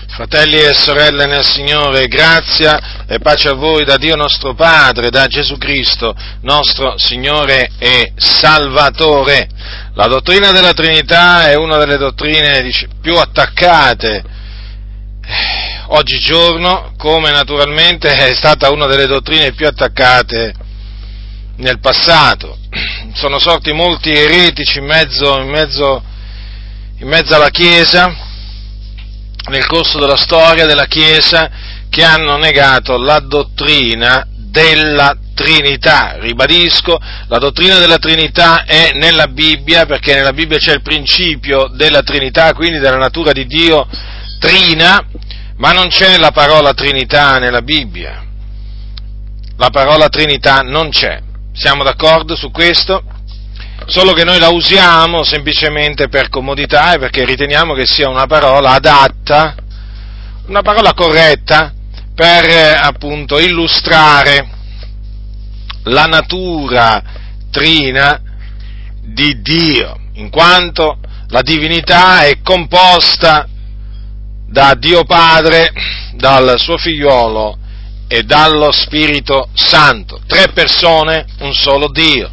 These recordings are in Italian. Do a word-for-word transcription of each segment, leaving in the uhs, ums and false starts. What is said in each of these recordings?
Fratelli e sorelle nel Signore, grazia e pace a voi da Dio nostro Padre, da Gesù Cristo, nostro Signore e Salvatore. La dottrina della Trinità è una delle dottrine più attaccate oggigiorno, come naturalmente è stata una delle dottrine più attaccate nel passato. Sono sorti molti eretici in mezzo, in mezzo, in mezzo alla Chiesa, nel corso della storia della Chiesa, che hanno negato la dottrina della Trinità. Ribadisco, la dottrina della Trinità è nella Bibbia, perché nella Bibbia c'è il principio della Trinità, quindi della natura di Dio trina, ma non c'è la parola Trinità nella Bibbia. La parola Trinità non c'è. Siamo d'accordo su questo? Solo che noi la usiamo semplicemente per comodità e perché riteniamo che sia una parola adatta, una parola corretta per eh, appunto illustrare la natura trina di Dio, in quanto la divinità è composta da Dio Padre, dal suo figliolo e dallo Spirito Santo. Tre persone, un solo Dio.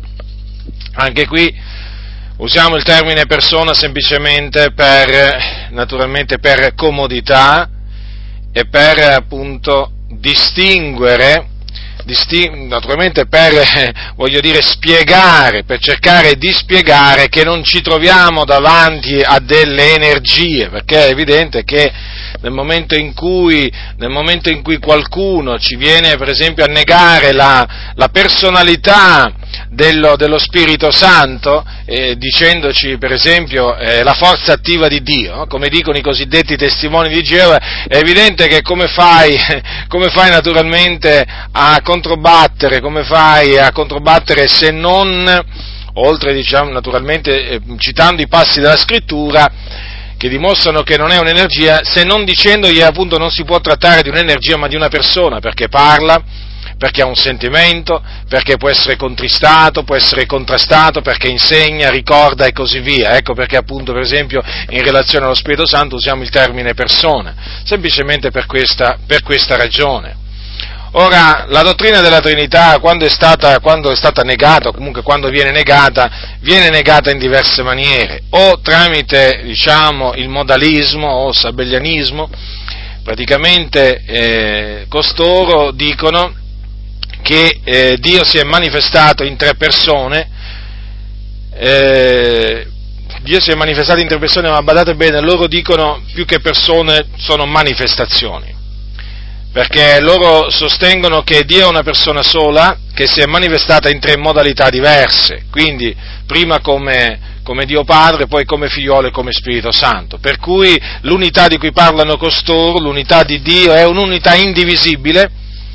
Anche qui usiamo il termine persona semplicemente per, naturalmente per comodità e per appunto distinguere, disting- naturalmente per, voglio dire, spiegare, per cercare di spiegare che non ci troviamo davanti a delle energie, perché è evidente che nel momento in cui, nel momento in cui qualcuno ci viene per esempio a negare la, la personalità dello, dello Spirito Santo, eh, dicendoci per esempio eh, la forza attiva di Dio, no? Come dicono i cosiddetti testimoni di Geova, è evidente che come fai, come fai naturalmente a controbattere, come fai a controbattere se non, oltre diciamo naturalmente eh, citando i passi della Scrittura, che dimostrano che non è un'energia, se non dicendogli appunto non si può trattare di un'energia ma di una persona, perché parla, perché ha un sentimento, perché può essere contristato, può essere contrastato, perché insegna, ricorda e così via. Ecco perché appunto per esempio in relazione allo Spirito Santo usiamo il termine persona, semplicemente per questa, per questa ragione. Ora, la dottrina della Trinità, quando è stata, quando è stata negata, o comunque quando viene negata, viene negata in diverse maniere, o tramite, diciamo, il modalismo o sabellianismo. Praticamente eh, costoro dicono che eh, Dio si è manifestato in tre persone, eh, Dio si è manifestato in tre persone, ma badate bene, loro dicono più che persone sono manifestazioni. Perché loro sostengono che Dio è una persona sola, che si è manifestata in tre modalità diverse, quindi prima come, come Dio Padre, poi come Figliolo e come Spirito Santo, per cui l'unità di cui parlano costoro, l'unità di Dio, è un'unità indivisibile,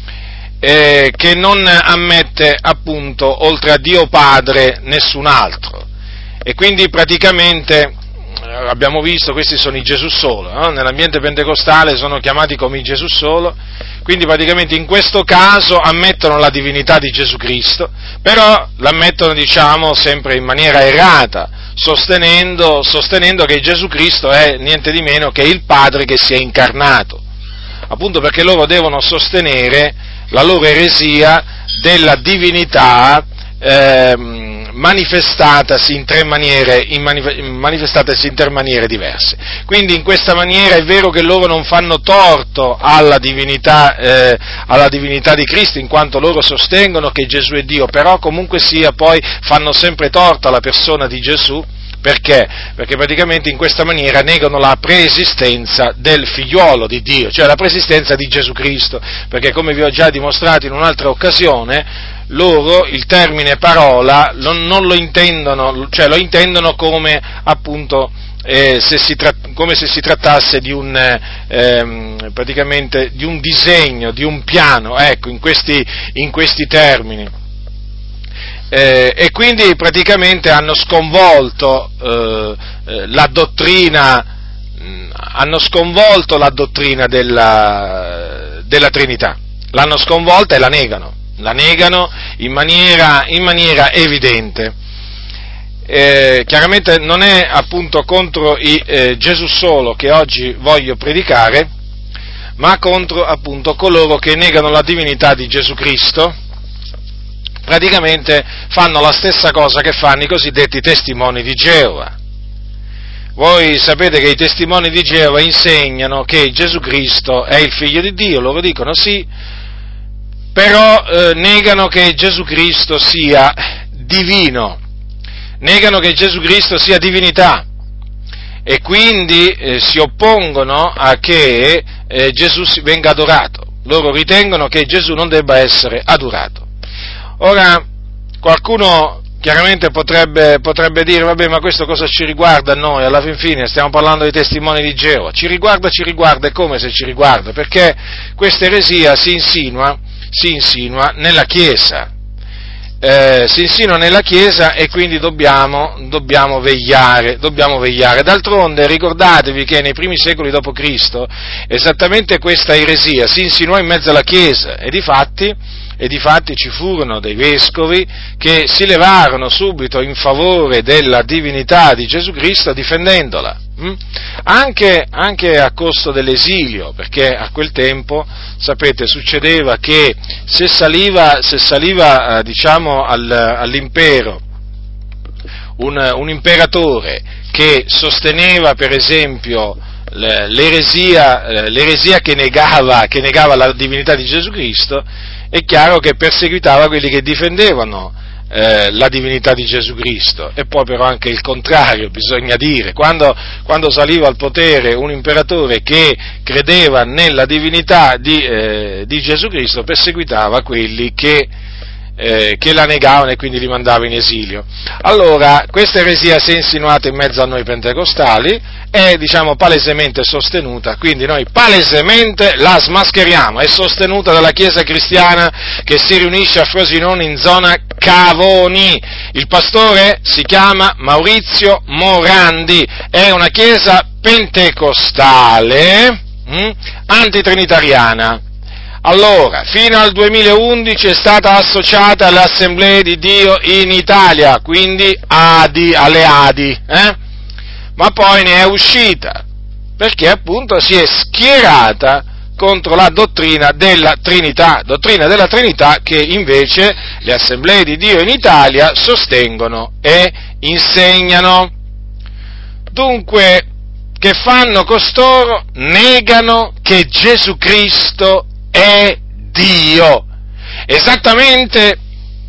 eh, che non ammette appunto, oltre a Dio Padre, nessun altro, e quindi praticamente abbiamo visto, questi sono i Gesù solo, no? Nell'ambiente pentecostale sono chiamati come i Gesù solo, quindi praticamente in questo caso ammettono la divinità di Gesù Cristo, però l'ammettono diciamo sempre in maniera errata, sostenendo, sostenendo che Gesù Cristo è niente di meno che il Padre che si è incarnato, appunto perché loro devono sostenere la loro eresia della divinità ehm, manifestatasi in tre maniere, in manif- manifestatasi in tre maniere diverse. Quindi in questa maniera è vero che loro non fanno torto alla divinità, eh, alla divinità di Cristo, in quanto loro sostengono che Gesù è Dio, però comunque sia poi fanno sempre torto alla persona di Gesù. Perché? Perché praticamente in questa maniera negano la preesistenza del figliuolo di Dio, cioè la preesistenza di Gesù Cristo, perché come vi ho già dimostrato in un'altra occasione, loro il termine parola non, non lo intendono, cioè lo intendono come appunto eh, se si tra, come se si trattasse di un ehm, praticamente di un disegno, di un piano, ecco, in questi, in questi termini. Eh, e quindi praticamente hanno sconvolto eh, eh, la dottrina, mh, hanno sconvolto la dottrina della, della Trinità, l'hanno sconvolta e la negano, la negano in maniera, in maniera evidente. eh, chiaramente non è appunto contro i, eh, Gesù solo che oggi voglio predicare, ma contro appunto coloro che negano la divinità di Gesù Cristo. Praticamente fanno la stessa cosa che fanno i cosiddetti testimoni di Geova. Voi sapete che i testimoni di Geova insegnano che Gesù Cristo è il Figlio di Dio, loro dicono sì, però eh, negano che Gesù Cristo sia divino, negano che Gesù Cristo sia divinità e quindi eh, si oppongono a che eh, Gesù venga adorato. Loro ritengono che Gesù non debba essere adorato. Ora, qualcuno chiaramente potrebbe, potrebbe dire, vabbè, ma questo cosa ci riguarda a noi? Alla fin fine stiamo parlando dei testimoni di Geova. Ci riguarda, ci riguarda, è come se ci riguarda, perché questa eresia si insinua, si insinua nella Chiesa. Eh, si insinua nella Chiesa e quindi dobbiamo, dobbiamo vegliare, dobbiamo vegliare. D'altronde ricordatevi che nei primi secoli dopo Cristo esattamente questa eresia si insinuò in mezzo alla Chiesa e difatti E difatti ci furono dei vescovi che si levarono subito in favore della divinità di Gesù Cristo difendendola, hm? anche, anche a costo dell'esilio, perché a quel tempo, sapete, succedeva che se saliva, se saliva eh, diciamo al, all'impero un, un imperatore che sosteneva per esempio l'eresia, l'eresia che negava, che negava la divinità di Gesù Cristo, è chiaro che perseguitava quelli che difendevano eh, la divinità di Gesù Cristo, e poi però anche il contrario, bisogna dire, quando, quando saliva al potere un imperatore che credeva nella divinità di, eh, di Gesù Cristo, perseguitava quelli che, eh, che la negavano e quindi li mandava in esilio. Allora, questa eresia si è insinuata in mezzo a noi pentecostali, è diciamo palesemente sostenuta, quindi noi palesemente la smascheriamo, è sostenuta dalla Chiesa cristiana che si riunisce a Frosinone in zona Cavoni. Il pastore si chiama Maurizio Morandi, è una chiesa pentecostale, hm, antitrinitariana. Allora, fino al duemilaundici è stata associata alle Assemblee di Dio in Italia, quindi Adi, alle Adi, eh? Ma poi ne è uscita, perché appunto si è schierata contro la dottrina della Trinità, dottrina della Trinità che invece le Assemblee di Dio in Italia sostengono e insegnano. Dunque, che fanno costoro? Negano che Gesù Cristo è Dio, esattamente.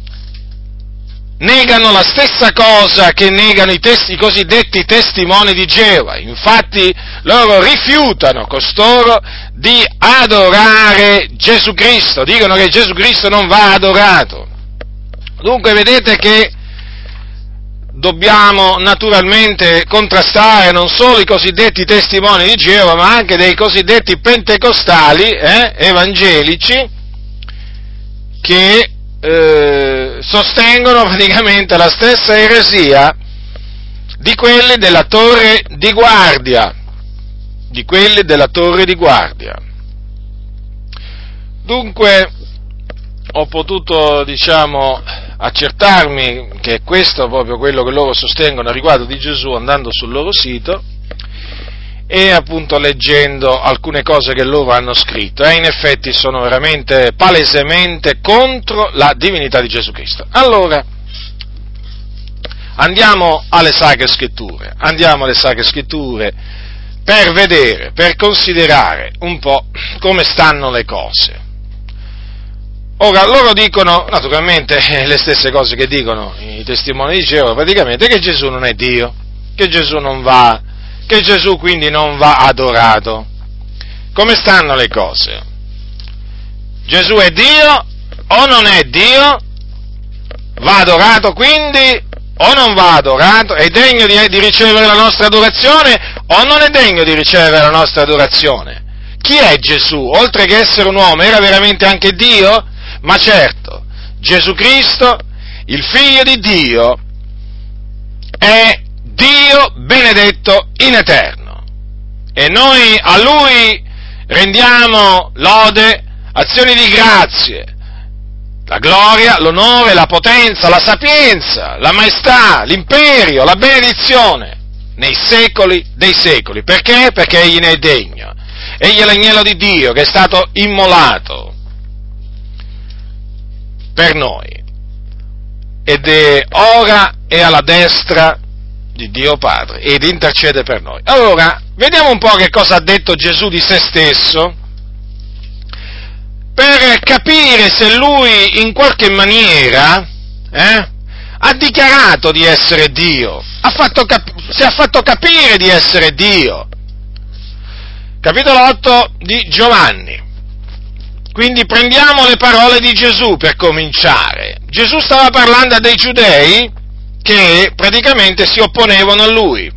Negano la stessa cosa che negano i, testi, i cosiddetti testimoni di Geova. Infatti loro rifiutano costoro di adorare Gesù Cristo, dicono che Gesù Cristo non va adorato. Dunque vedete che dobbiamo naturalmente contrastare non solo i cosiddetti testimoni di Geova, ma anche dei cosiddetti pentecostali, eh, evangelici, che Eh, sostengono praticamente la stessa eresia di quelli della torre di guardia, di quelli della torre di guardia. Dunque ho potuto, diciamo, accertarmi che è questo proprio quello che loro sostengono a riguardo di Gesù andando sul loro sito e appunto leggendo alcune cose che loro hanno scritto, e in effetti sono veramente palesemente contro la divinità di Gesù Cristo. Allora, andiamo alle Sacre Scritture, andiamo alle Sacre Scritture per vedere, per considerare un po' come stanno le cose. Ora, loro dicono, naturalmente, le stesse cose che dicono i testimoni di Geova, praticamente che Gesù non è Dio, che Gesù non va che Gesù quindi non va adorato. Come stanno le cose? Gesù è Dio o non è Dio? Va adorato quindi o non va adorato? È degno di, di ricevere la nostra adorazione o non è degno di ricevere la nostra adorazione? Chi è Gesù? Oltre che essere un uomo, era veramente anche Dio? Ma certo, Gesù Cristo, il Figlio di Dio, è Dio benedetto in eterno, e noi a Lui rendiamo lode, azioni di grazie, la gloria, l'onore, la potenza, la sapienza, la maestà, l'imperio, la benedizione, nei secoli dei secoli. Perché? Perché egli ne è degno. Egli è l'agnello di Dio che è stato immolato per noi ed è ora è alla destra di Dio Padre ed intercede per noi. Allora, vediamo un po' che cosa ha detto Gesù di se stesso, per capire se lui in qualche maniera eh, ha dichiarato di essere Dio, ha fatto cap- si è fatto capire di essere Dio. Capitolo otto di Giovanni. Quindi prendiamo le parole di Gesù per cominciare. Gesù stava parlando a dei giudei che praticamente si opponevano a lui.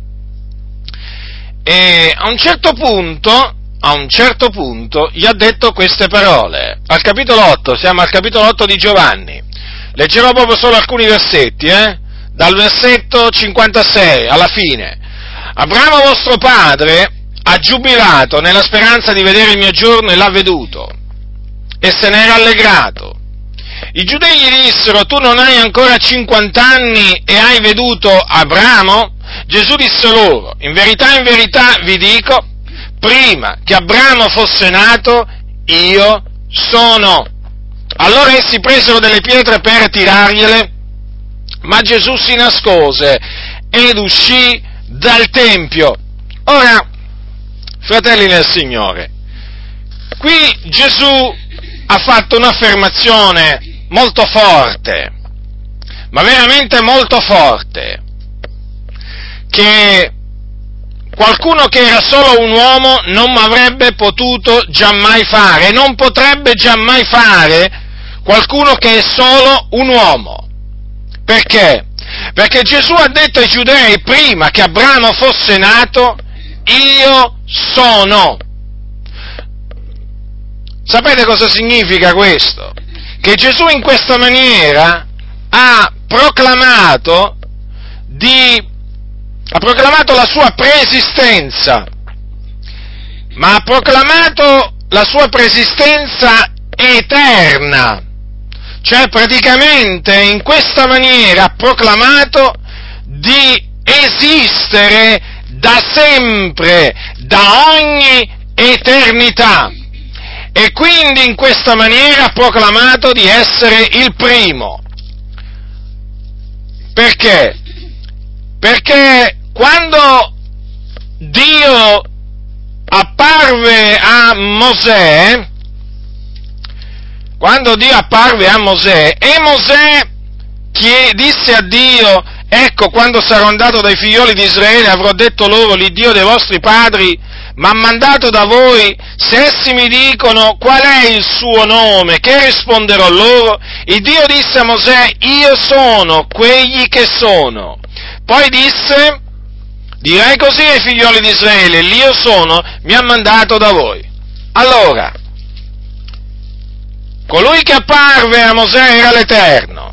E a un certo punto, a un certo punto, gli ha detto queste parole. Al capitolo otto, siamo al capitolo otto di Giovanni. Leggerò proprio solo alcuni versetti, eh? Dal versetto cinquantasei alla fine. Abramo vostro padre ha giubilato nella speranza di vedere il mio giorno e l'ha veduto, e se n'è rallegrato. I giudei gli dissero: tu non hai ancora cinquanta anni e hai veduto Abramo? Gesù disse loro: in verità, in verità vi dico, prima che Abramo fosse nato, io sono. Allora essi presero delle pietre per tirargliele, ma Gesù si nascose ed uscì dal Tempio. Ora, fratelli nel Signore, qui Gesù ha fatto un'affermazione molto forte, ma veramente molto forte, che qualcuno che era solo un uomo non avrebbe potuto giammai fare, non potrebbe giammai fare qualcuno che è solo un uomo. Perché? Perché Gesù ha detto ai giudei prima che Abramo fosse nato: io sono. Sapete cosa significa questo? Che Gesù in questa maniera ha proclamato di ha proclamato la sua preesistenza, ma ha proclamato la sua preesistenza eterna, cioè praticamente in questa maniera ha proclamato di esistere da sempre, da ogni eternità, e quindi in questa maniera ha proclamato di essere il primo. Perché? Perché quando Dio apparve a Mosè, quando Dio apparve a Mosè, e Mosè che disse a Dio: ecco, quando sarò andato dai figlioli di Israele avrò detto loro: l'Iddio dei vostri padri m'ha mandato da voi, se essi mi dicono qual è il suo nome, che risponderò loro? Il Dio disse a Mosè: io sono quegli che sono. Poi disse: dirai così ai figlioli di Israele: l'Io sono mi ha mandato da voi. Allora, colui che apparve a Mosè era l'Eterno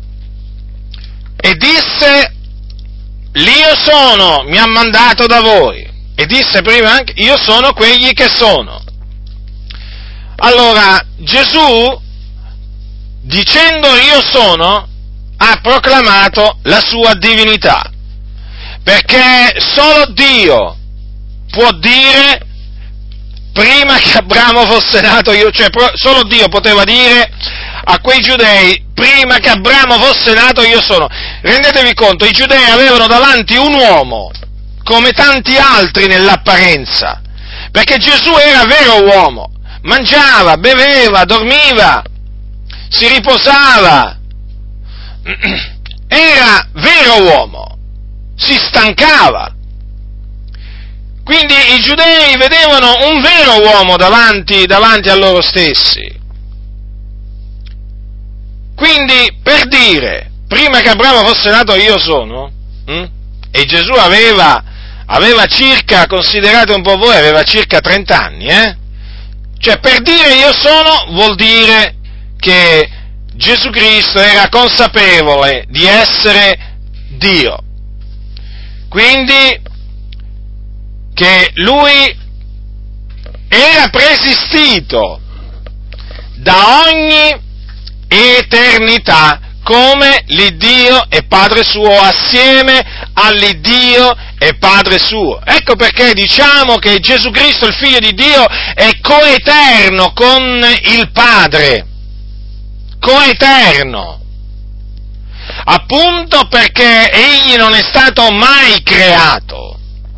e disse: l'Io sono mi ha mandato da voi, e disse prima anche: io sono quegli che sono. Allora, Gesù, dicendo io sono, ha proclamato la sua divinità, perché solo Dio può dire prima che Abramo fosse nato io, cioè solo Dio poteva dire a quei giudei: prima che Abramo fosse nato io sono. Rendetevi conto, i giudei avevano davanti un uomo come tanti altri nell'apparenza, perché Gesù era vero uomo, mangiava, beveva, dormiva, si riposava, era vero uomo, si stancava. Quindi i giudei vedevano un vero uomo davanti, davanti a loro stessi. Quindi, per dire, prima che Abramo fosse nato io sono, hm? E Gesù aveva, aveva circa, considerate un po' voi, aveva circa trenta anni, eh? Cioè, per dire io sono vuol dire che Gesù Cristo era consapevole di essere Dio. Quindi, che lui era preesistito da ogni eternità, come l'Iddio e Padre suo, assieme all'Iddio e Padre suo. Ecco perché diciamo che Gesù Cristo, il Figlio di Dio, è coeterno con il Padre, coeterno, appunto perché egli non è stato mai creato,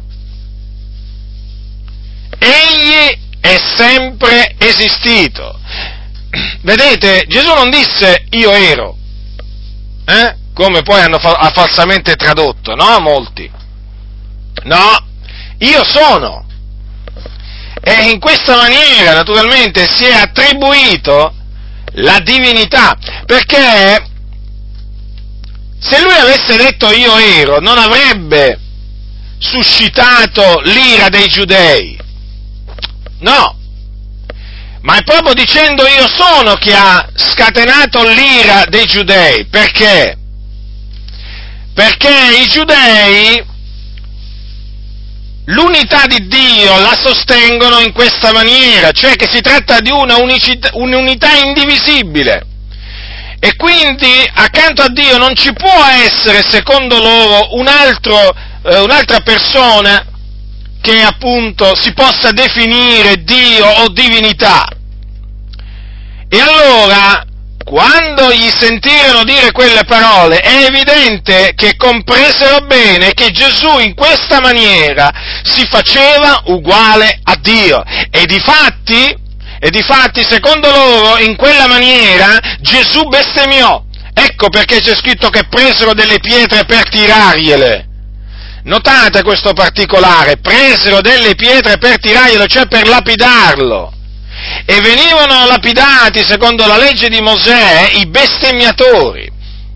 egli è sempre esistito. Vedete, Gesù non disse io ero, eh? Come poi hanno fa- ha falsamente tradotto, no? Molti. No, io sono. E in questa maniera, naturalmente, si è attribuito la divinità, perché se lui avesse detto io ero, non avrebbe suscitato l'ira dei giudei. No. Ma è proprio dicendo io sono che ha scatenato l'ira dei giudei. Perché? Perché i giudei l'unità di Dio la sostengono in questa maniera, cioè che si tratta di una unicità, un'unità indivisibile. E quindi accanto a Dio non ci può essere, secondo loro, un altro, eh, un'altra persona che appunto si possa definire Dio o divinità. E allora, quando gli sentirono dire quelle parole, è evidente che compresero bene che Gesù in questa maniera si faceva uguale a Dio. E difatti, e difatti, secondo loro, in quella maniera Gesù bestemmiò. Ecco perché c'è scritto che presero delle pietre per tirargliele. Notate questo particolare, presero delle pietre per tirarglielo, cioè per lapidarlo. E venivano lapidati, secondo la legge di Mosè, i bestemmiatori.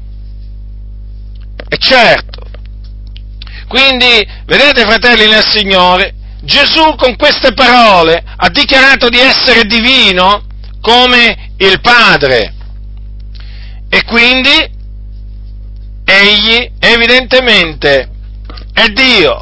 E certo. Quindi, vedete, fratelli nel Signore, Gesù con queste parole ha dichiarato di essere divino come il Padre. E quindi, egli evidentemente è Dio.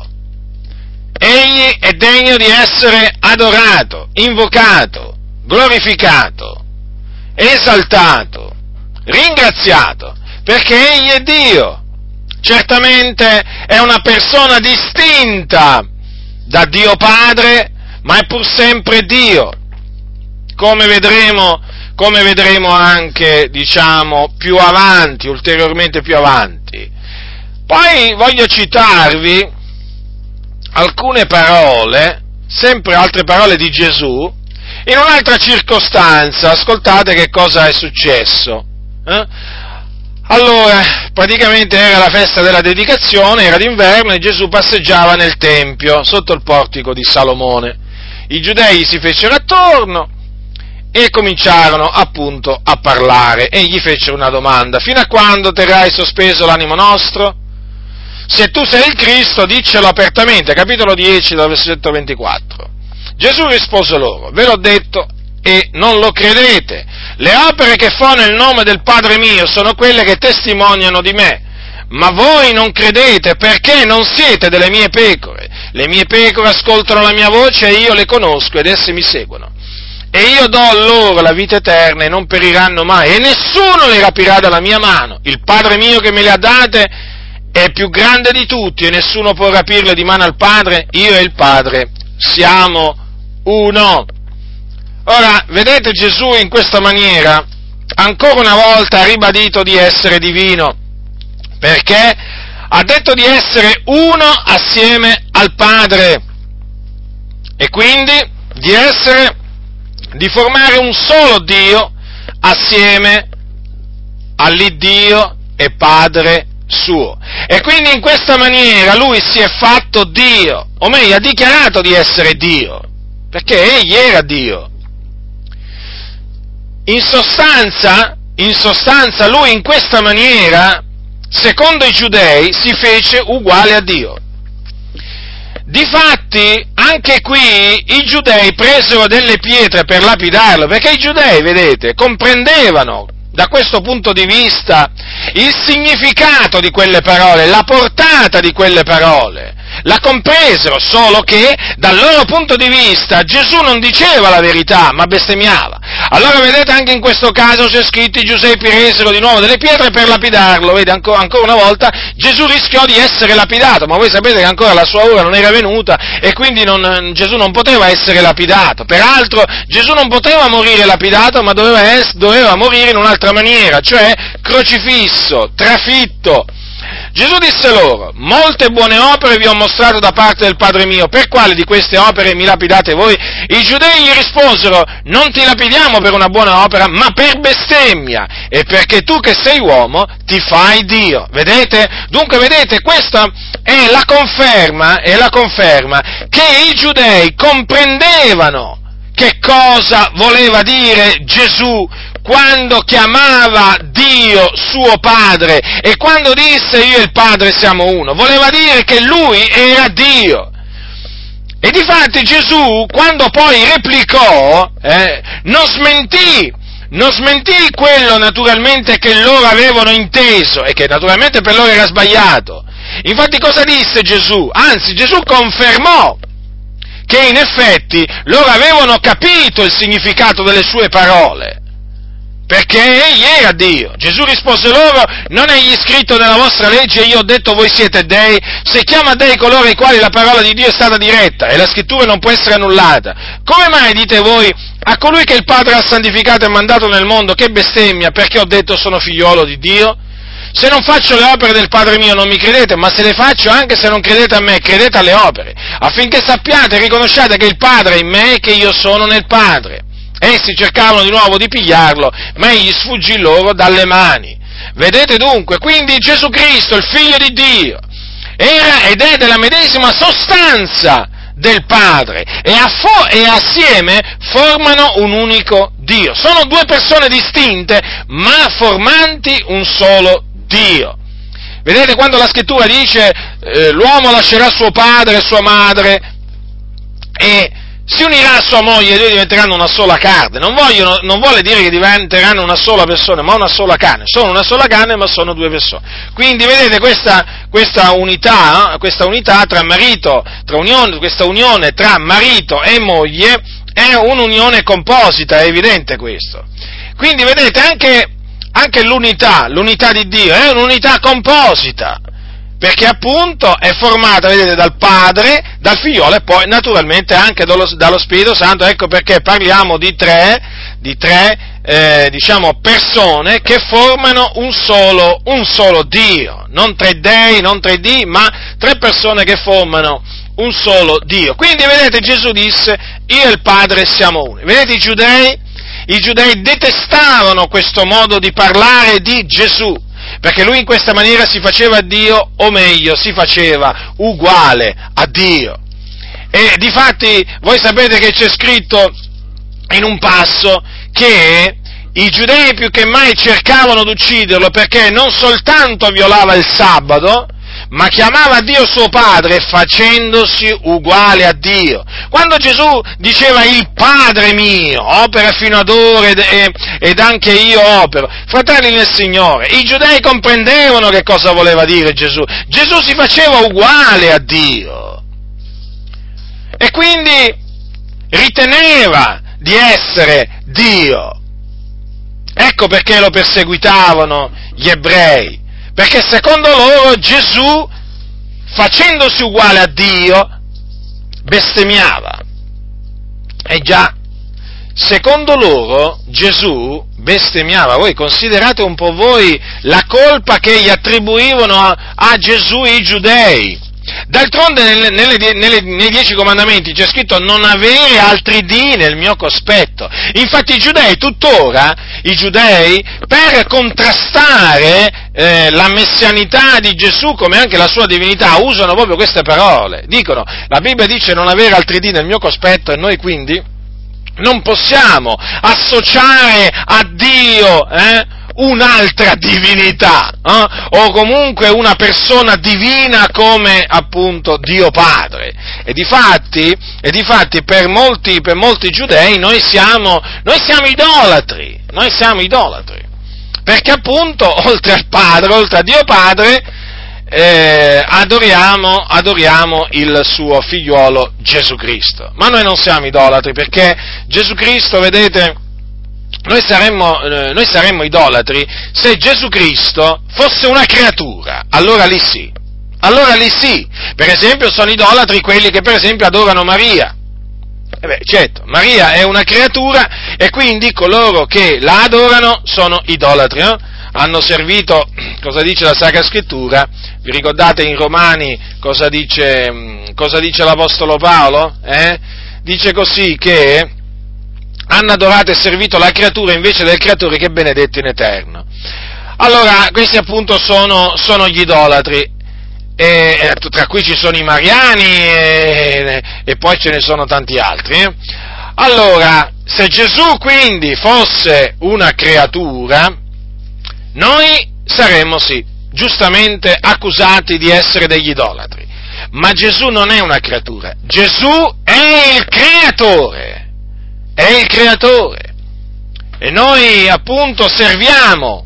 Egli è degno di essere adorato, invocato, glorificato, esaltato, ringraziato, perché egli è Dio. Certamente è una persona distinta da Dio Padre, ma è pur sempre Dio, come vedremo, come vedremo anche, diciamo, più avanti, ulteriormente più avanti. Poi voglio citarvi alcune parole, sempre altre parole di Gesù, in un'altra circostanza. Ascoltate che cosa è successo. Eh? Allora, praticamente era la festa della dedicazione, era d'inverno e Gesù passeggiava nel Tempio, sotto il portico di Salomone. I giudei si fecero attorno e cominciarono appunto a parlare e gli fecero una domanda: fino a quando terrai sospeso l'animo nostro? Se tu sei il Cristo, diccelo apertamente. Capitolo dieci, dal versetto ventiquattro. Gesù rispose loro: ve l'ho detto e non lo credete. Le opere che fo nel nome del Padre mio sono quelle che testimoniano di me, ma voi non credete perché non siete delle mie pecore. Le mie pecore ascoltano la mia voce e io le conosco ed esse mi seguono. E io do loro la vita eterna e non periranno mai e nessuno le rapirà dalla mia mano. Il Padre mio che me le ha date è più grande di tutti e nessuno può rapirle di mano al Padre. Io e il Padre siamo uno. Ora, vedete, Gesù in questa maniera ancora una volta ha ribadito di essere divino, perché ha detto di essere uno assieme al Padre e quindi di essere, di formare un solo Dio assieme all'Iddio e Padre suo. E quindi in questa maniera lui si è fatto Dio, o meglio ha dichiarato di essere Dio, perché egli era Dio. In sostanza, in sostanza lui in questa maniera, secondo i giudei, si fece uguale a Dio. Difatti, anche qui i giudei presero delle pietre per lapidarlo, perché i giudei, vedete, comprendevano da questo punto di vista il significato di quelle parole, la portata di quelle parole. La compresero, solo che dal loro punto di vista Gesù non diceva la verità, ma bestemmiava. Allora vedete, anche in questo caso c'è scritto: i Giuseppi resero di nuovo delle pietre per lapidarlo. Vede, ancora, ancora una volta Gesù rischiò di essere lapidato, ma voi sapete che ancora la sua ora non era venuta e quindi non, Gesù non poteva essere lapidato. Peraltro Gesù non poteva morire lapidato, ma doveva, es, doveva morire in un'altra maniera, cioè crocifisso, trafitto. Gesù disse loro: molte buone opere vi ho mostrato da parte del Padre mio, per quale di queste opere mi lapidate voi? I giudei gli risposero: non ti lapidiamo per una buona opera, ma per bestemmia, e perché tu che sei uomo ti fai Dio. Vedete? Dunque vedete, questa è la conferma, è la conferma che i giudei comprendevano che cosa voleva dire Gesù quando chiamava Dio suo Padre e quando disse: io e il Padre siamo uno. Voleva dire che Lui era Dio. E difatti Gesù, quando poi replicò, eh, non smentì, non smentì quello naturalmente che loro avevano inteso e che naturalmente per loro era sbagliato. Infatti cosa disse Gesù? Anzi, Gesù confermò che in effetti loro avevano capito il significato delle sue parole, perché egli era Dio. Gesù rispose loro: non è egli scritto nella vostra legge, io ho detto voi siete dei? Se chiama dei coloro ai quali la parola di Dio è stata diretta e la scrittura non può essere annullata, come mai dite voi a colui che il Padre ha santificato e mandato nel mondo che bestemmia, perché ho detto sono figliolo di Dio? Se non faccio le opere del Padre mio non mi credete, ma se le faccio, anche se non credete a me, credete alle opere, affinché sappiate e riconosciate che il Padre è in me e che io sono nel Padre. Essi cercavano di nuovo di pigliarlo, ma egli sfuggì loro dalle mani. Vedete dunque, quindi Gesù Cristo, il Figlio di Dio, era ed è della medesima sostanza del Padre e, affo- e assieme formano un unico Dio. Sono due persone distinte, ma formanti un solo Dio. Vedete, quando la Scrittura dice eh, l'uomo lascerà suo padre e sua madre e si unirà a sua moglie e due diventeranno una sola carne, non, vogliono, non vuole dire che diventeranno una sola persona, ma una sola carne. Sono una sola carne, ma sono due persone. Quindi vedete questa, questa unità, eh, questa unità tra marito, tra unione, questa unione tra marito e moglie è un'unione composita, è evidente questo. Quindi vedete anche Anche l'unità, l'unità di Dio è un'unità composita, perché appunto è formata, vedete, dal Padre, dal Figliolo e poi naturalmente anche dallo, dallo Spirito Santo. Ecco perché parliamo di tre, di tre eh, diciamo, persone che formano un solo, un solo Dio, non tre dei, non tre dì, ma tre persone che formano un solo Dio. Quindi vedete, Gesù disse: io e il Padre siamo uno. Vedete, i giudei I giudei detestavano questo modo di parlare di Gesù, perché lui in questa maniera si faceva Dio, o meglio, si faceva uguale a Dio. E difatti voi sapete che c'è scritto in un passo che i giudei più che mai cercavano di ucciderlo perché non soltanto violava il sabato, ma chiamava Dio suo Padre facendosi uguale a Dio. Quando Gesù diceva il Padre mio opera fino ad ora ed, ed anche io opero, fratelli nel Signore, i giudei comprendevano che cosa voleva dire Gesù. Gesù si faceva uguale a Dio e quindi riteneva di essere Dio. Ecco perché lo perseguitavano gli ebrei. Perché secondo loro Gesù, facendosi uguale a Dio, bestemmiava. E già, secondo loro Gesù bestemmiava. Voi considerate un po' voi la colpa che gli attribuivano a, a Gesù i giudei. D'altronde nelle, nelle, nelle, nei dieci comandamenti c'è scritto non avere altri dì nel mio cospetto. Infatti i giudei tuttora, i giudei per contrastare eh, la messianità di Gesù come anche la sua divinità usano proprio queste parole. Dicono, la Bibbia dice non avere altri dì nel mio cospetto e noi quindi non possiamo associare a Dio eh, un'altra divinità, eh? o comunque una persona divina come appunto Dio Padre. E difatti, e difatti per molti, per molti giudei noi siamo, noi siamo idolatri, noi siamo idolatri, perché appunto oltre al Padre, oltre a Dio Padre, eh, adoriamo, adoriamo il suo figliuolo Gesù Cristo. Ma noi non siamo idolatri, perché Gesù Cristo, vedete, noi saremmo, eh, noi saremmo idolatri se Gesù Cristo fosse una creatura, allora lì sì, allora lì sì, per esempio sono idolatri quelli che per esempio adorano Maria. Eh beh, certo, Maria è una creatura e quindi coloro che la adorano sono idolatri, no? Hanno servito, cosa dice la Sacra Scrittura? Vi ricordate in Romani cosa dice, cosa dice l'Apostolo Paolo? Eh? Dice così che hanno adorato e servito la creatura invece del creatore che è benedetto in eterno. Allora, questi appunto sono, sono gli idolatri. E, tra cui ci sono i mariani e, e poi ce ne sono tanti altri. Eh? Allora, se Gesù quindi fosse una creatura, noi saremmo sì, giustamente accusati di essere degli idolatri. Ma Gesù non è una creatura, Gesù è il creatore, è il creatore. E noi appunto serviamo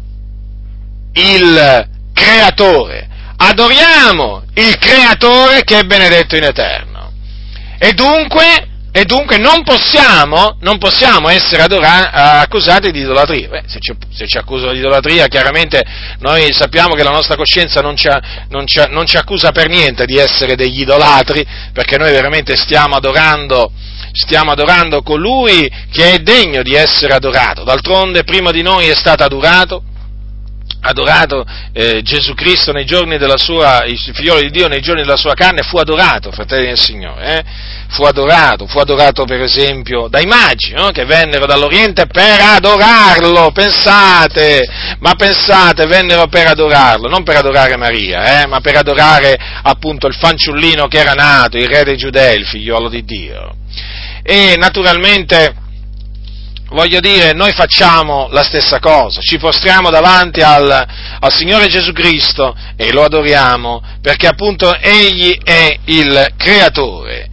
il creatore. Adoriamo il Creatore che è benedetto in eterno. E dunque, e dunque non possiamo, non possiamo essere adora- accusati di idolatria. Beh, se ci, se ci accusano di idolatria, chiaramente noi sappiamo che la nostra coscienza non ci, non, ci, non ci accusa per niente di essere degli idolatri, perché noi veramente stiamo adorando, stiamo adorando colui che è degno di essere adorato. D'altronde prima di noi è stato adorato, adorato eh, Gesù Cristo nei giorni della sua, il figliolo di Dio nei giorni della sua carne, fu adorato, fratelli del Signore, eh? fu adorato, fu adorato per esempio dai magi, no? Che vennero dall'Oriente per adorarlo, pensate, ma pensate, vennero per adorarlo, non per adorare Maria, eh? ma per adorare appunto il fanciullino che era nato, il re dei Giudei, il figliolo di Dio. E naturalmente, voglio dire, noi facciamo la stessa cosa, ci postriamo davanti al, al Signore Gesù Cristo e lo adoriamo, perché appunto Egli è il Creatore.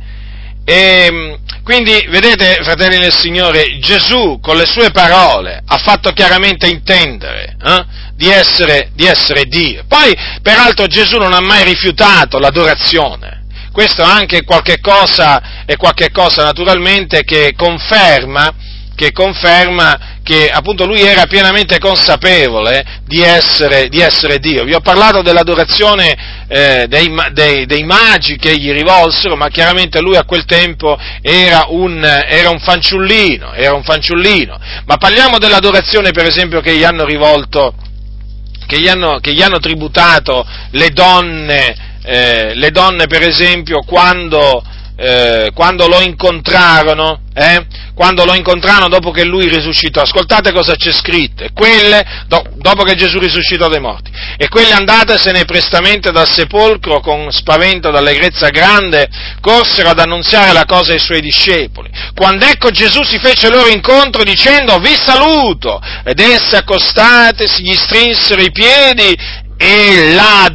E quindi, vedete, fratelli del Signore, Gesù con le sue parole ha fatto chiaramente intendere eh, di essere, di essere Dio. Poi, peraltro, Gesù non ha mai rifiutato l'adorazione. Questo anche è qualche cosa, è qualche cosa naturalmente che conferma che conferma che appunto lui era pienamente consapevole di essere, di essere Dio. Vi ho parlato dell'adorazione eh, dei, dei, dei magi che gli rivolsero, ma chiaramente lui a quel tempo era un, era un fanciullino, era un fanciullino. Ma parliamo dell'adorazione per esempio che gli hanno rivolto, che gli hanno, che gli hanno tributato le donne, eh, le donne per esempio quando, eh, quando lo incontrarono, eh? quando lo incontrarono dopo che lui risuscitò. Ascoltate cosa c'è scritto, e quelle, do, dopo che Gesù risuscitò dai morti, e quelle andatesene prestamente dal sepolcro con spavento, d'allegrezza grande, corsero ad annunziare la cosa ai suoi discepoli. Quando ecco Gesù si fece loro incontro dicendo: vi saluto, ed esse accostatesi gli strinsero i piedi e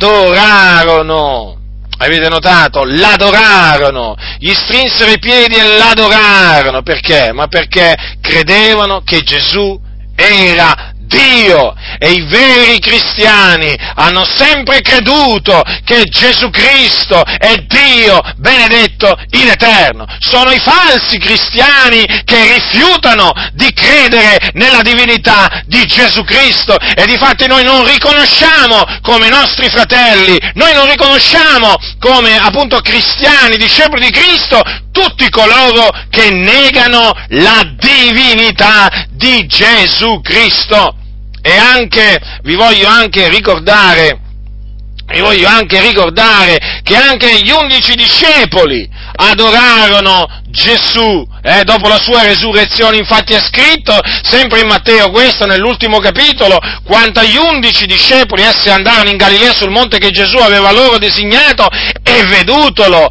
l'adorarono. Avete notato? L'adorarono, gli strinsero i piedi e l'adorarono. Perché? Ma perché credevano che Gesù era Dio, e i veri cristiani hanno sempre creduto che Gesù Cristo è Dio benedetto in eterno. Sono i falsi cristiani che rifiutano di credere nella divinità di Gesù Cristo, e difatti noi non riconosciamo come nostri fratelli, noi non riconosciamo come appunto cristiani, discepoli di Cristo, tutti coloro che negano la divinità di Gesù Cristo. E anche, vi voglio anche ricordare, vi voglio anche ricordare che anche gli undici discepoli adorarono Gesù, eh, dopo la sua resurrezione. Infatti è scritto, sempre in Matteo, questo nell'ultimo capitolo, quanto agli undici discepoli, essi andarono in Galilea sul monte che Gesù aveva loro designato, e vedutolo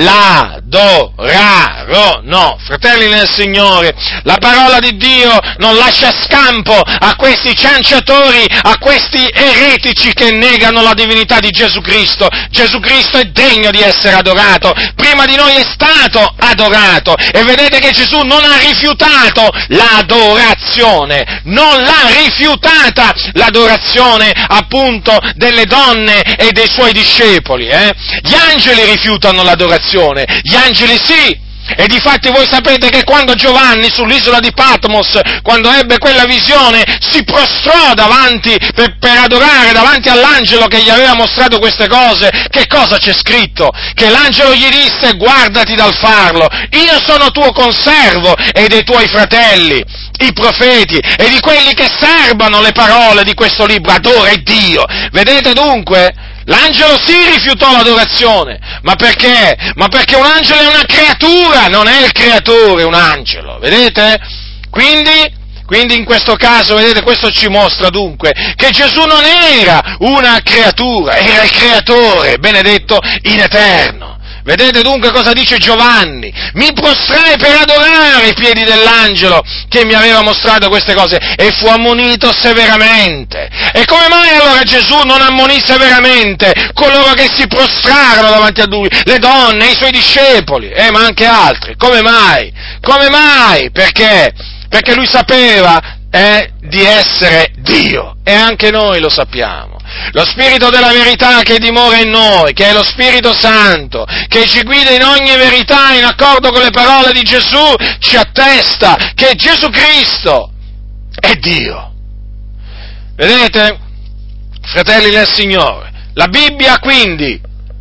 l'adorarono. Fratelli nel Signore, la parola di Dio non lascia scampo a questi cianciatori, a questi eretici che negano la divinità di Gesù Cristo. Gesù Cristo è degno di essere adorato, prima di noi è stato adorato, e vedete che Gesù non ha rifiutato l'adorazione, non l'ha rifiutata l'adorazione appunto delle donne e dei suoi discepoli. Eh? Gli angeli rifiutano l'adorazione, gli angeli sì, E difatti voi sapete che quando Giovanni sull'isola di Patmos, quando ebbe quella visione, si prostrò davanti, per, per adorare davanti all'angelo che gli aveva mostrato queste cose, che cosa c'è scritto? Che l'angelo gli disse: guardati dal farlo, io sono tuo conservo e dei tuoi fratelli, i profeti, e di quelli che serbano le parole di questo libro, adora il Dio. Vedete dunque? L'angelo si rifiutò l'adorazione, ma perché? Ma perché un angelo è una creatura, non è il creatore un angelo, vedete? Quindi, quindi in questo caso, vedete, questo ci mostra dunque che Gesù non era una creatura, era il creatore, benedetto in eterno. Vedete dunque cosa dice Giovanni? Mi prostrai per adorare i piedi dell'angelo che mi aveva mostrato queste cose e fu ammonito severamente. E come mai allora Gesù non ammonì severamente coloro che si prostrarono davanti a lui, le donne, i suoi discepoli, eh, ma anche altri? Come mai? Come mai? Perché? Perché lui sapeva eh, di essere Dio, e anche noi lo sappiamo. Lo Spirito della verità che dimora in noi, che è lo Spirito Santo, che ci guida in ogni verità in accordo con le parole di Gesù, ci attesta che Gesù Cristo è Dio. Vedete, fratelli del Signore, la Bibbia quindi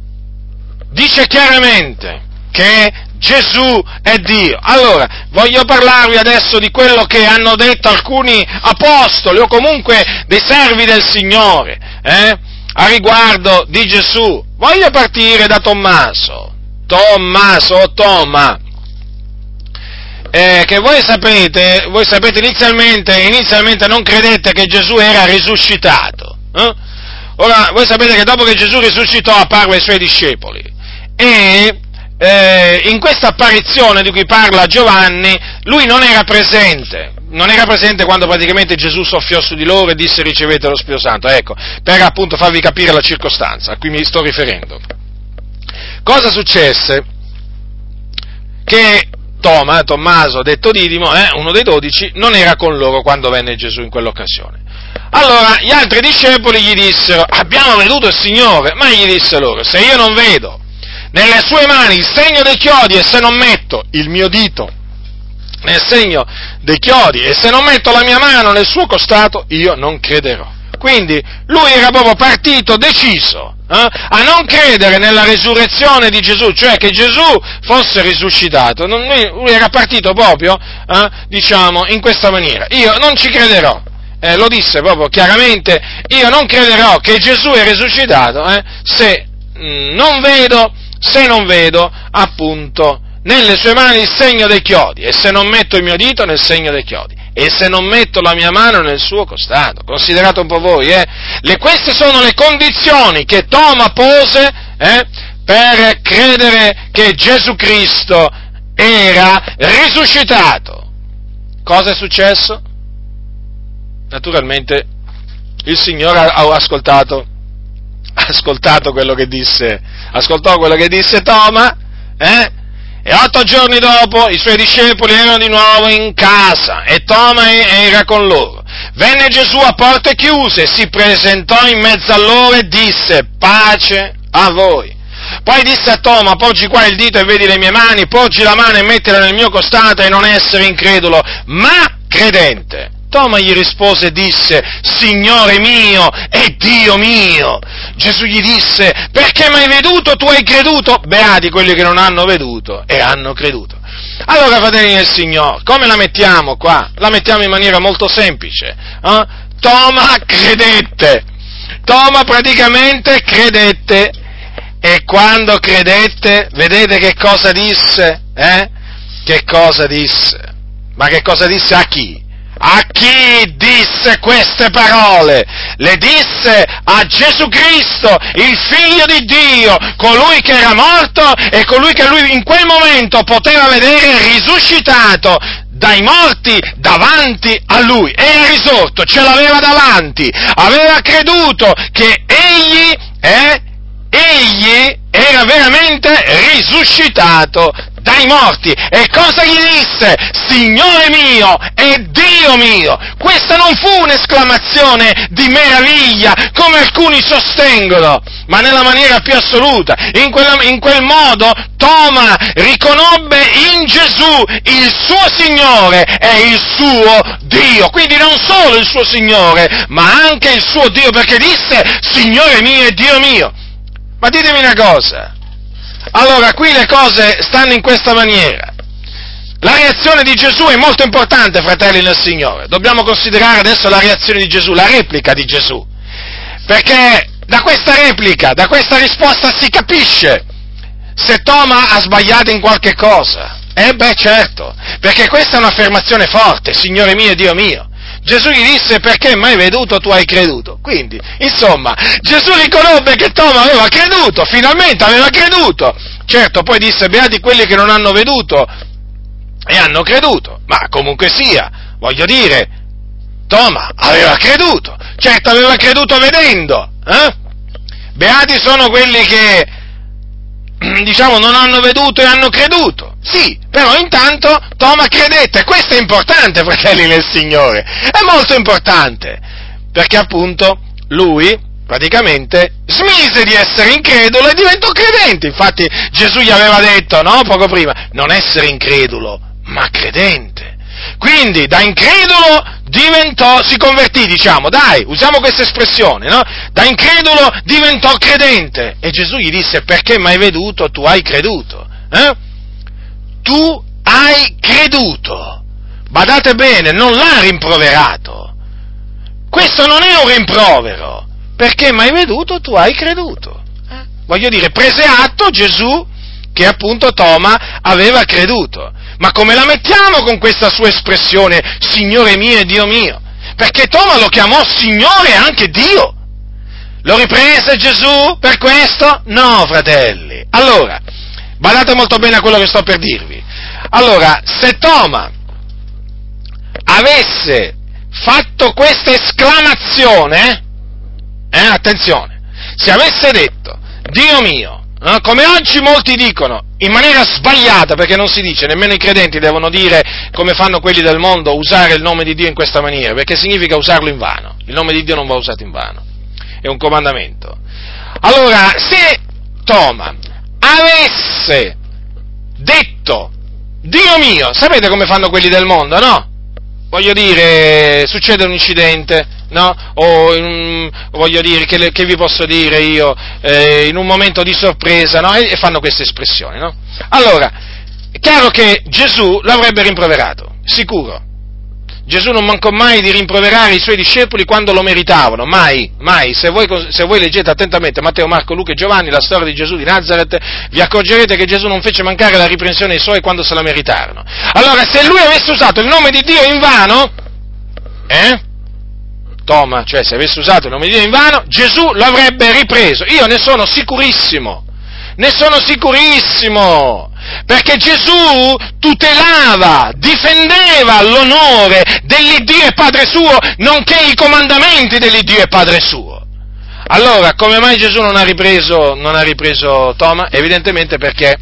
dice chiaramente che Gesù è Dio. Allora, voglio parlarvi adesso di quello che hanno detto alcuni apostoli o comunque dei servi del Signore, eh, a riguardo di Gesù. Voglio partire da Tommaso, Tommaso o Toma, eh, che voi sapete, voi sapete inizialmente, inizialmente non credette che Gesù era risuscitato. Eh? Ora, voi sapete che dopo che Gesù risuscitò apparve ai suoi discepoli e Eh, in questa apparizione di cui parla Giovanni, lui non era presente, non era presente quando praticamente Gesù soffiò su di loro e disse ricevete lo Spirito Santo, ecco, per appunto farvi capire la circostanza a cui mi sto riferendo. Cosa successe? Che Toma, Tommaso, detto Didimo, eh, uno dei dodici, non era con loro quando venne Gesù in quell'occasione. Allora, gli altri discepoli gli dissero, abbiamo veduto il Signore, ma gli disse loro, se io non vedo nelle sue mani il segno dei chiodi e se non metto il mio dito nel segno dei chiodi e se non metto la mia mano nel suo costato, io non crederò. Quindi lui era proprio partito deciso eh, a non credere nella risurrezione di Gesù, cioè che Gesù fosse risuscitato. Non, lui era partito proprio, eh, diciamo, in questa maniera. Io non ci crederò. Eh, lo disse proprio chiaramente, io non crederò che Gesù è risuscitato eh, se mh, non vedo se non vedo, appunto, nelle sue mani il segno dei chiodi, e se non metto il mio dito nel segno dei chiodi, e se non metto la mia mano nel suo costato. Considerate un po' voi, eh? Le, queste sono le condizioni che Toma pose, eh, per credere che Gesù Cristo era risuscitato. Cosa è successo? Naturalmente, il Signore ha ascoltato ha ascoltato quello che disse, ascoltò quello che disse Toma, eh? E otto giorni dopo i suoi discepoli erano di nuovo in casa e Toma era con loro. Venne Gesù a porte chiuse, si presentò in mezzo a loro e disse, pace a voi. Poi disse a Toma, poggi qua il dito e vedi le mie mani, poggi la mano e mettila nel mio costato e non essere incredulo, ma credente. Toma gli rispose e disse, Signore mio e Dio mio. Gesù gli disse, perché mi hai veduto, tu hai creduto? Beati quelli che non hanno veduto e hanno creduto. Allora, fratelli del Signore, come la mettiamo qua? La mettiamo in maniera molto semplice. Eh? Toma credette. Toma praticamente credette. E quando credette, vedete che cosa disse? Eh? Che cosa disse? Ma che cosa disse a chi? A chi disse queste parole? Le disse a Gesù Cristo, il Figlio di Dio, colui che era morto e colui che lui in quel momento poteva vedere risuscitato dai morti davanti a lui. Era risorto, ce l'aveva davanti, aveva creduto che egli, eh, egli era veramente risuscitato dai morti. E cosa gli disse? Signore mio e Dio mio. Questa non fu un'esclamazione di meraviglia, come alcuni sostengono, ma nella maniera più assoluta. In, quella, in quel modo Toma riconobbe in Gesù il suo Signore e il suo Dio. Quindi non solo il suo Signore, ma anche il suo Dio, perché disse Signore mio e Dio mio. Ma ditemi una cosa. Allora, qui le cose stanno in questa maniera. La reazione di Gesù è molto importante, fratelli nel Signore. Dobbiamo considerare adesso la reazione di Gesù, la replica di Gesù. Perché da questa replica, da questa risposta si capisce se Toma ha sbagliato in qualche cosa. Eh beh, certo, perché questa è un'affermazione forte, Signore mio e Dio mio. Gesù gli disse, perché mai veduto tu hai creduto? Quindi, insomma, Gesù riconobbe che Toma aveva creduto, finalmente aveva creduto. Certo, poi disse, beati quelli che non hanno veduto e hanno creduto, ma comunque sia, voglio dire, Toma aveva creduto, certo aveva creduto vedendo, eh? Beati sono quelli che, diciamo, non hanno veduto e hanno creduto. Sì, però intanto Toma credette, e questo è importante, fratelli nel Signore, è molto importante, perché appunto lui praticamente smise di essere incredulo e diventò credente. Infatti Gesù gli aveva detto, no, poco prima, non essere incredulo, ma credente. Quindi da incredulo diventò, si convertì, diciamo, dai, usiamo questa espressione, no? Da incredulo diventò credente. E Gesù gli disse, perché m'hai veduto, tu hai creduto. Eh? Tu hai creduto. Badate bene, non l'ha rimproverato. Questo non è un rimprovero. Perché m'hai veduto, tu hai creduto. Eh? Voglio dire, prese atto Gesù che appunto Toma aveva creduto. Ma come la mettiamo con questa sua espressione, Signore mio e Dio mio? Perché Toma lo chiamò Signore e anche Dio. Lo riprese Gesù per questo? No, fratelli. Allora, badate molto bene a quello che sto per dirvi. Allora, se Toma avesse fatto questa esclamazione, eh, attenzione, se avesse detto, Dio mio, eh, come oggi molti dicono, in maniera sbagliata, perché non si dice, nemmeno i credenti devono dire, come fanno quelli del mondo, usare il nome di Dio in questa maniera, perché significa usarlo in vano. Il nome di Dio non va usato in vano, è un comandamento. Allora, se Toma avesse detto, Dio mio, sapete come fanno quelli del mondo, no? Voglio dire, succede un incidente, no? O in, voglio dire, che, che vi posso dire io, eh, in un momento di sorpresa, no? E, e fanno queste espressioni, no? Allora, è chiaro che Gesù l'avrebbe rimproverato, sicuro. Gesù non mancò mai di rimproverare i suoi discepoli quando lo meritavano, mai, mai. Se voi, se voi leggete attentamente Matteo, Marco, Luca e Giovanni, la storia di Gesù di Nazaret, vi accorgerete che Gesù non fece mancare la riprensione ai suoi quando se la meritarono. Allora, se lui avesse usato il nome di Dio in vano, eh? Toma, cioè se avesse usato il nome di Dio in vano, Gesù lo avrebbe ripreso. Io ne sono sicurissimo, ne sono sicurissimo. Perché Gesù tutelava, difendeva l'onore dell'Iddio e Padre suo, nonché i comandamenti dell'Iddio e Padre suo. Allora, come mai Gesù non ha ripreso, non ha ripreso Toma? Evidentemente perché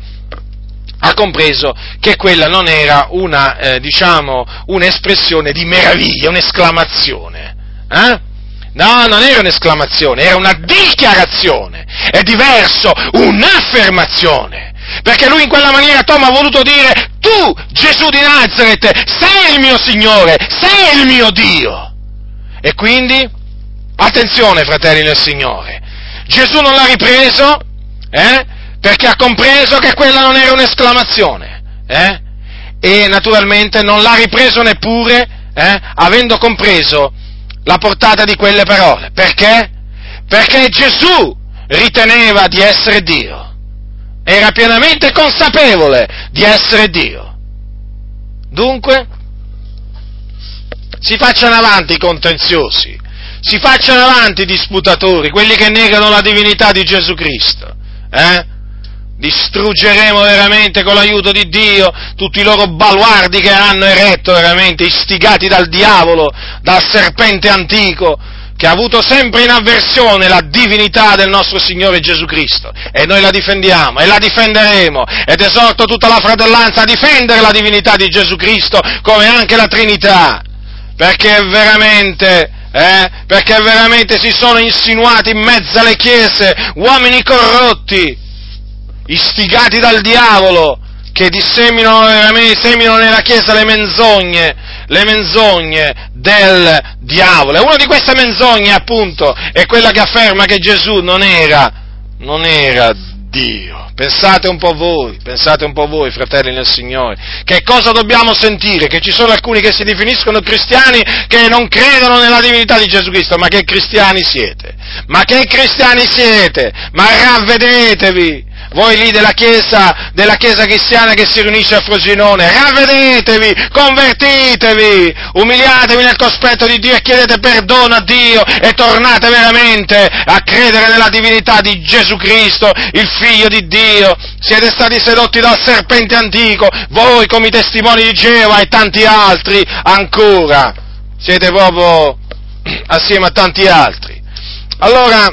ha compreso che quella non era una, eh, diciamo, un'espressione di meraviglia, un'esclamazione. Eh? No, non era un'esclamazione, era una dichiarazione. È diverso, un'affermazione. Perché lui in quella maniera, Toma, ha voluto dire, tu, Gesù di Nazaret, sei il mio Signore, sei il mio Dio. E quindi, attenzione, fratelli del Signore, Gesù non l'ha ripreso, eh, perché ha compreso che quella non era un'esclamazione, eh, e naturalmente non l'ha ripreso neppure, eh, avendo compreso la portata di quelle parole. Perché? Perché Gesù riteneva di essere Dio. Era pienamente consapevole di essere Dio. Dunque, si facciano avanti i contenziosi, si facciano avanti i disputatori, quelli che negano la divinità di Gesù Cristo. Eh? Distruggeremo veramente con l'aiuto di Dio tutti i loro baluardi che hanno eretto veramente, istigati dal diavolo, dal serpente antico, che ha avuto sempre in avversione la divinità del nostro Signore Gesù Cristo, e noi la difendiamo e la difenderemo, ed esorto tutta la fratellanza a difendere la divinità di Gesù Cristo come anche la Trinità, perché veramente, eh, perché veramente si sono insinuati in mezzo alle chiese uomini corrotti, istigati dal diavolo, che disseminano, seminano nella Chiesa le menzogne, le menzogne del diavolo. E una di queste menzogne, appunto, è quella che afferma che Gesù non era, non era Dio. Pensate un po' voi, pensate un po' voi, fratelli nel Signore, che cosa dobbiamo sentire? Che ci sono alcuni che si definiscono cristiani che non credono nella divinità di Gesù Cristo. Ma che cristiani siete? Ma che cristiani siete? Ma ravvedetevi! Voi lì della Chiesa, della Chiesa cristiana che si riunisce a Frosinone, ravvedetevi, convertitevi, umiliatevi nel cospetto di Dio e chiedete perdono a Dio e tornate veramente a credere nella divinità di Gesù Cristo, il Figlio di Dio. Siete stati sedotti dal serpente antico, voi come i testimoni di Geova e tanti altri ancora. Siete proprio assieme a tanti altri. Allora,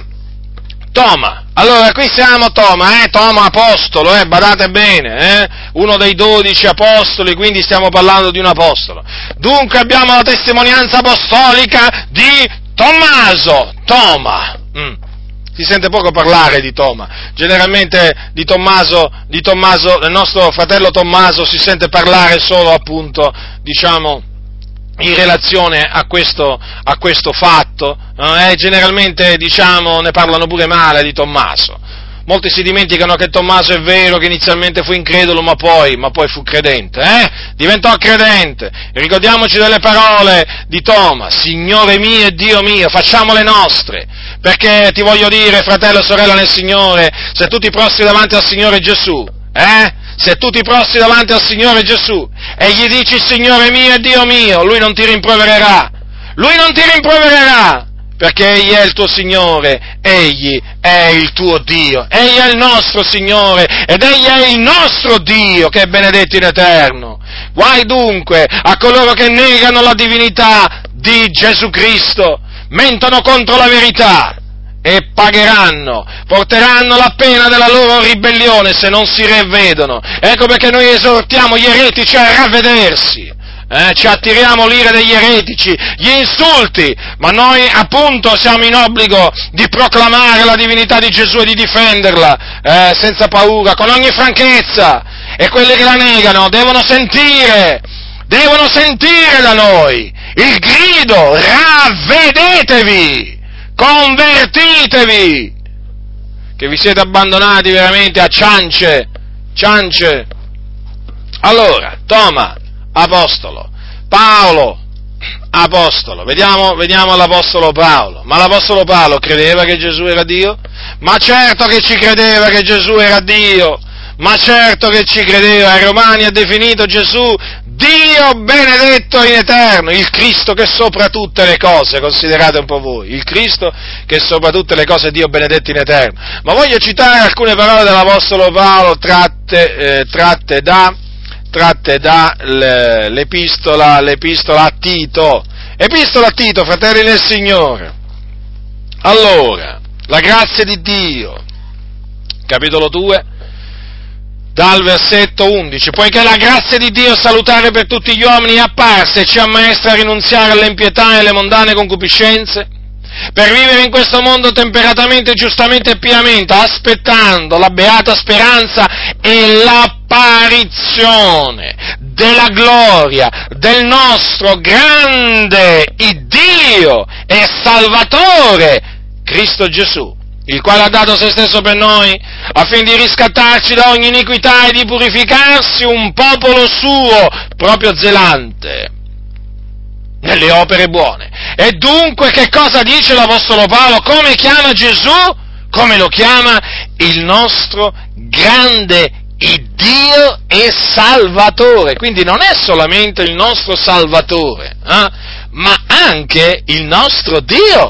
Toma, allora qui siamo Toma, eh, Toma apostolo, eh, badate bene, eh, uno dei dodici apostoli, quindi stiamo parlando di un apostolo. Dunque abbiamo la testimonianza apostolica di Tommaso, Toma. Mm. Si sente poco parlare di Toma, generalmente di Tommaso, di Tommaso, del nostro fratello Tommaso si sente parlare solo appunto, diciamo, in relazione a questo, a questo fatto, eh, generalmente, diciamo, ne parlano pure male di Tommaso. Molti si dimenticano che Tommaso è vero che inizialmente fu incredulo, ma poi, ma poi fu credente, eh? Diventò credente. Ricordiamoci delle parole di Toma: Signore mio e Dio mio, facciamo le nostre. Perché ti voglio dire, fratello e sorella nel Signore, se tu ti prostri davanti al Signore Gesù, eh? Se tu ti prostri davanti al Signore Gesù e gli dici Signore mio e Dio mio, Lui non ti rimprovererà, Lui non ti rimprovererà, perché Egli è il tuo Signore, Egli è il tuo Dio, Egli è il nostro Signore ed Egli è il nostro Dio, che è benedetto in eterno. Guai dunque a coloro che negano la divinità di Gesù Cristo, mentono contro la verità, e pagheranno, porteranno la pena della loro ribellione se non si ravvedono. Ecco perché noi esortiamo gli eretici a ravvedersi, eh, ci attiriamo l'ira degli eretici, gli insulti, ma noi appunto siamo in obbligo di proclamare la divinità di Gesù e di difenderla, eh, senza paura, con ogni franchezza, e quelli che la negano devono sentire, devono sentire da noi il grido: ravvedetevi! Convertitevi, che vi siete abbandonati veramente a ciance, ciance. Allora, Toma, apostolo, Paolo, apostolo, vediamo, vediamo l'apostolo Paolo. Ma l'apostolo Paolo credeva che Gesù era Dio? Ma certo che ci credeva che Gesù era Dio, ma certo che ci credeva. Ai Romani ha definito Gesù Dio benedetto in eterno, il Cristo che sopra tutte le cose, considerate un po' voi, il Cristo che sopra tutte le cose è Dio benedetto in eterno. Ma voglio citare alcune parole dell'Apostolo Paolo tratte, eh, tratte da, tratte da l'epistola, l'epistola a Tito, epistola a Tito, fratelli nel Signore. Allora, la grazia di Dio, capitolo due, dal versetto undici: poiché la grazia di Dio salutare per tutti gli uomini è apparsa e ci ammaestra a rinunziare all'impietà e alle mondane concupiscenze, per vivere in questo mondo temperatamente, giustamente e piamente, aspettando la beata speranza e l'apparizione della gloria del nostro grande Iddio e Salvatore Cristo Gesù, il quale ha dato se stesso per noi, affinché di riscattarci da ogni iniquità e di purificarsi un popolo suo, proprio zelante nelle opere buone. E dunque che cosa dice l'Apostolo Paolo? Come chiama Gesù? Come lo chiama? Il nostro grande Iddio e Salvatore. Quindi non è solamente il nostro Salvatore, eh? ma anche il nostro Dio.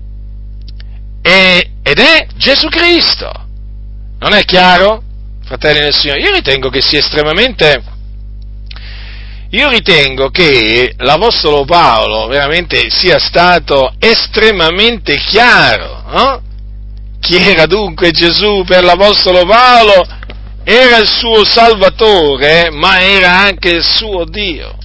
E, ed è Gesù Cristo. Non è chiaro, fratelli del Signore? Io ritengo che sia estremamente io ritengo che l'Apostolo Paolo veramente sia stato estremamente chiaro, no? Chi era dunque Gesù per l'Apostolo Paolo? Era il suo Salvatore, ma era anche il suo Dio.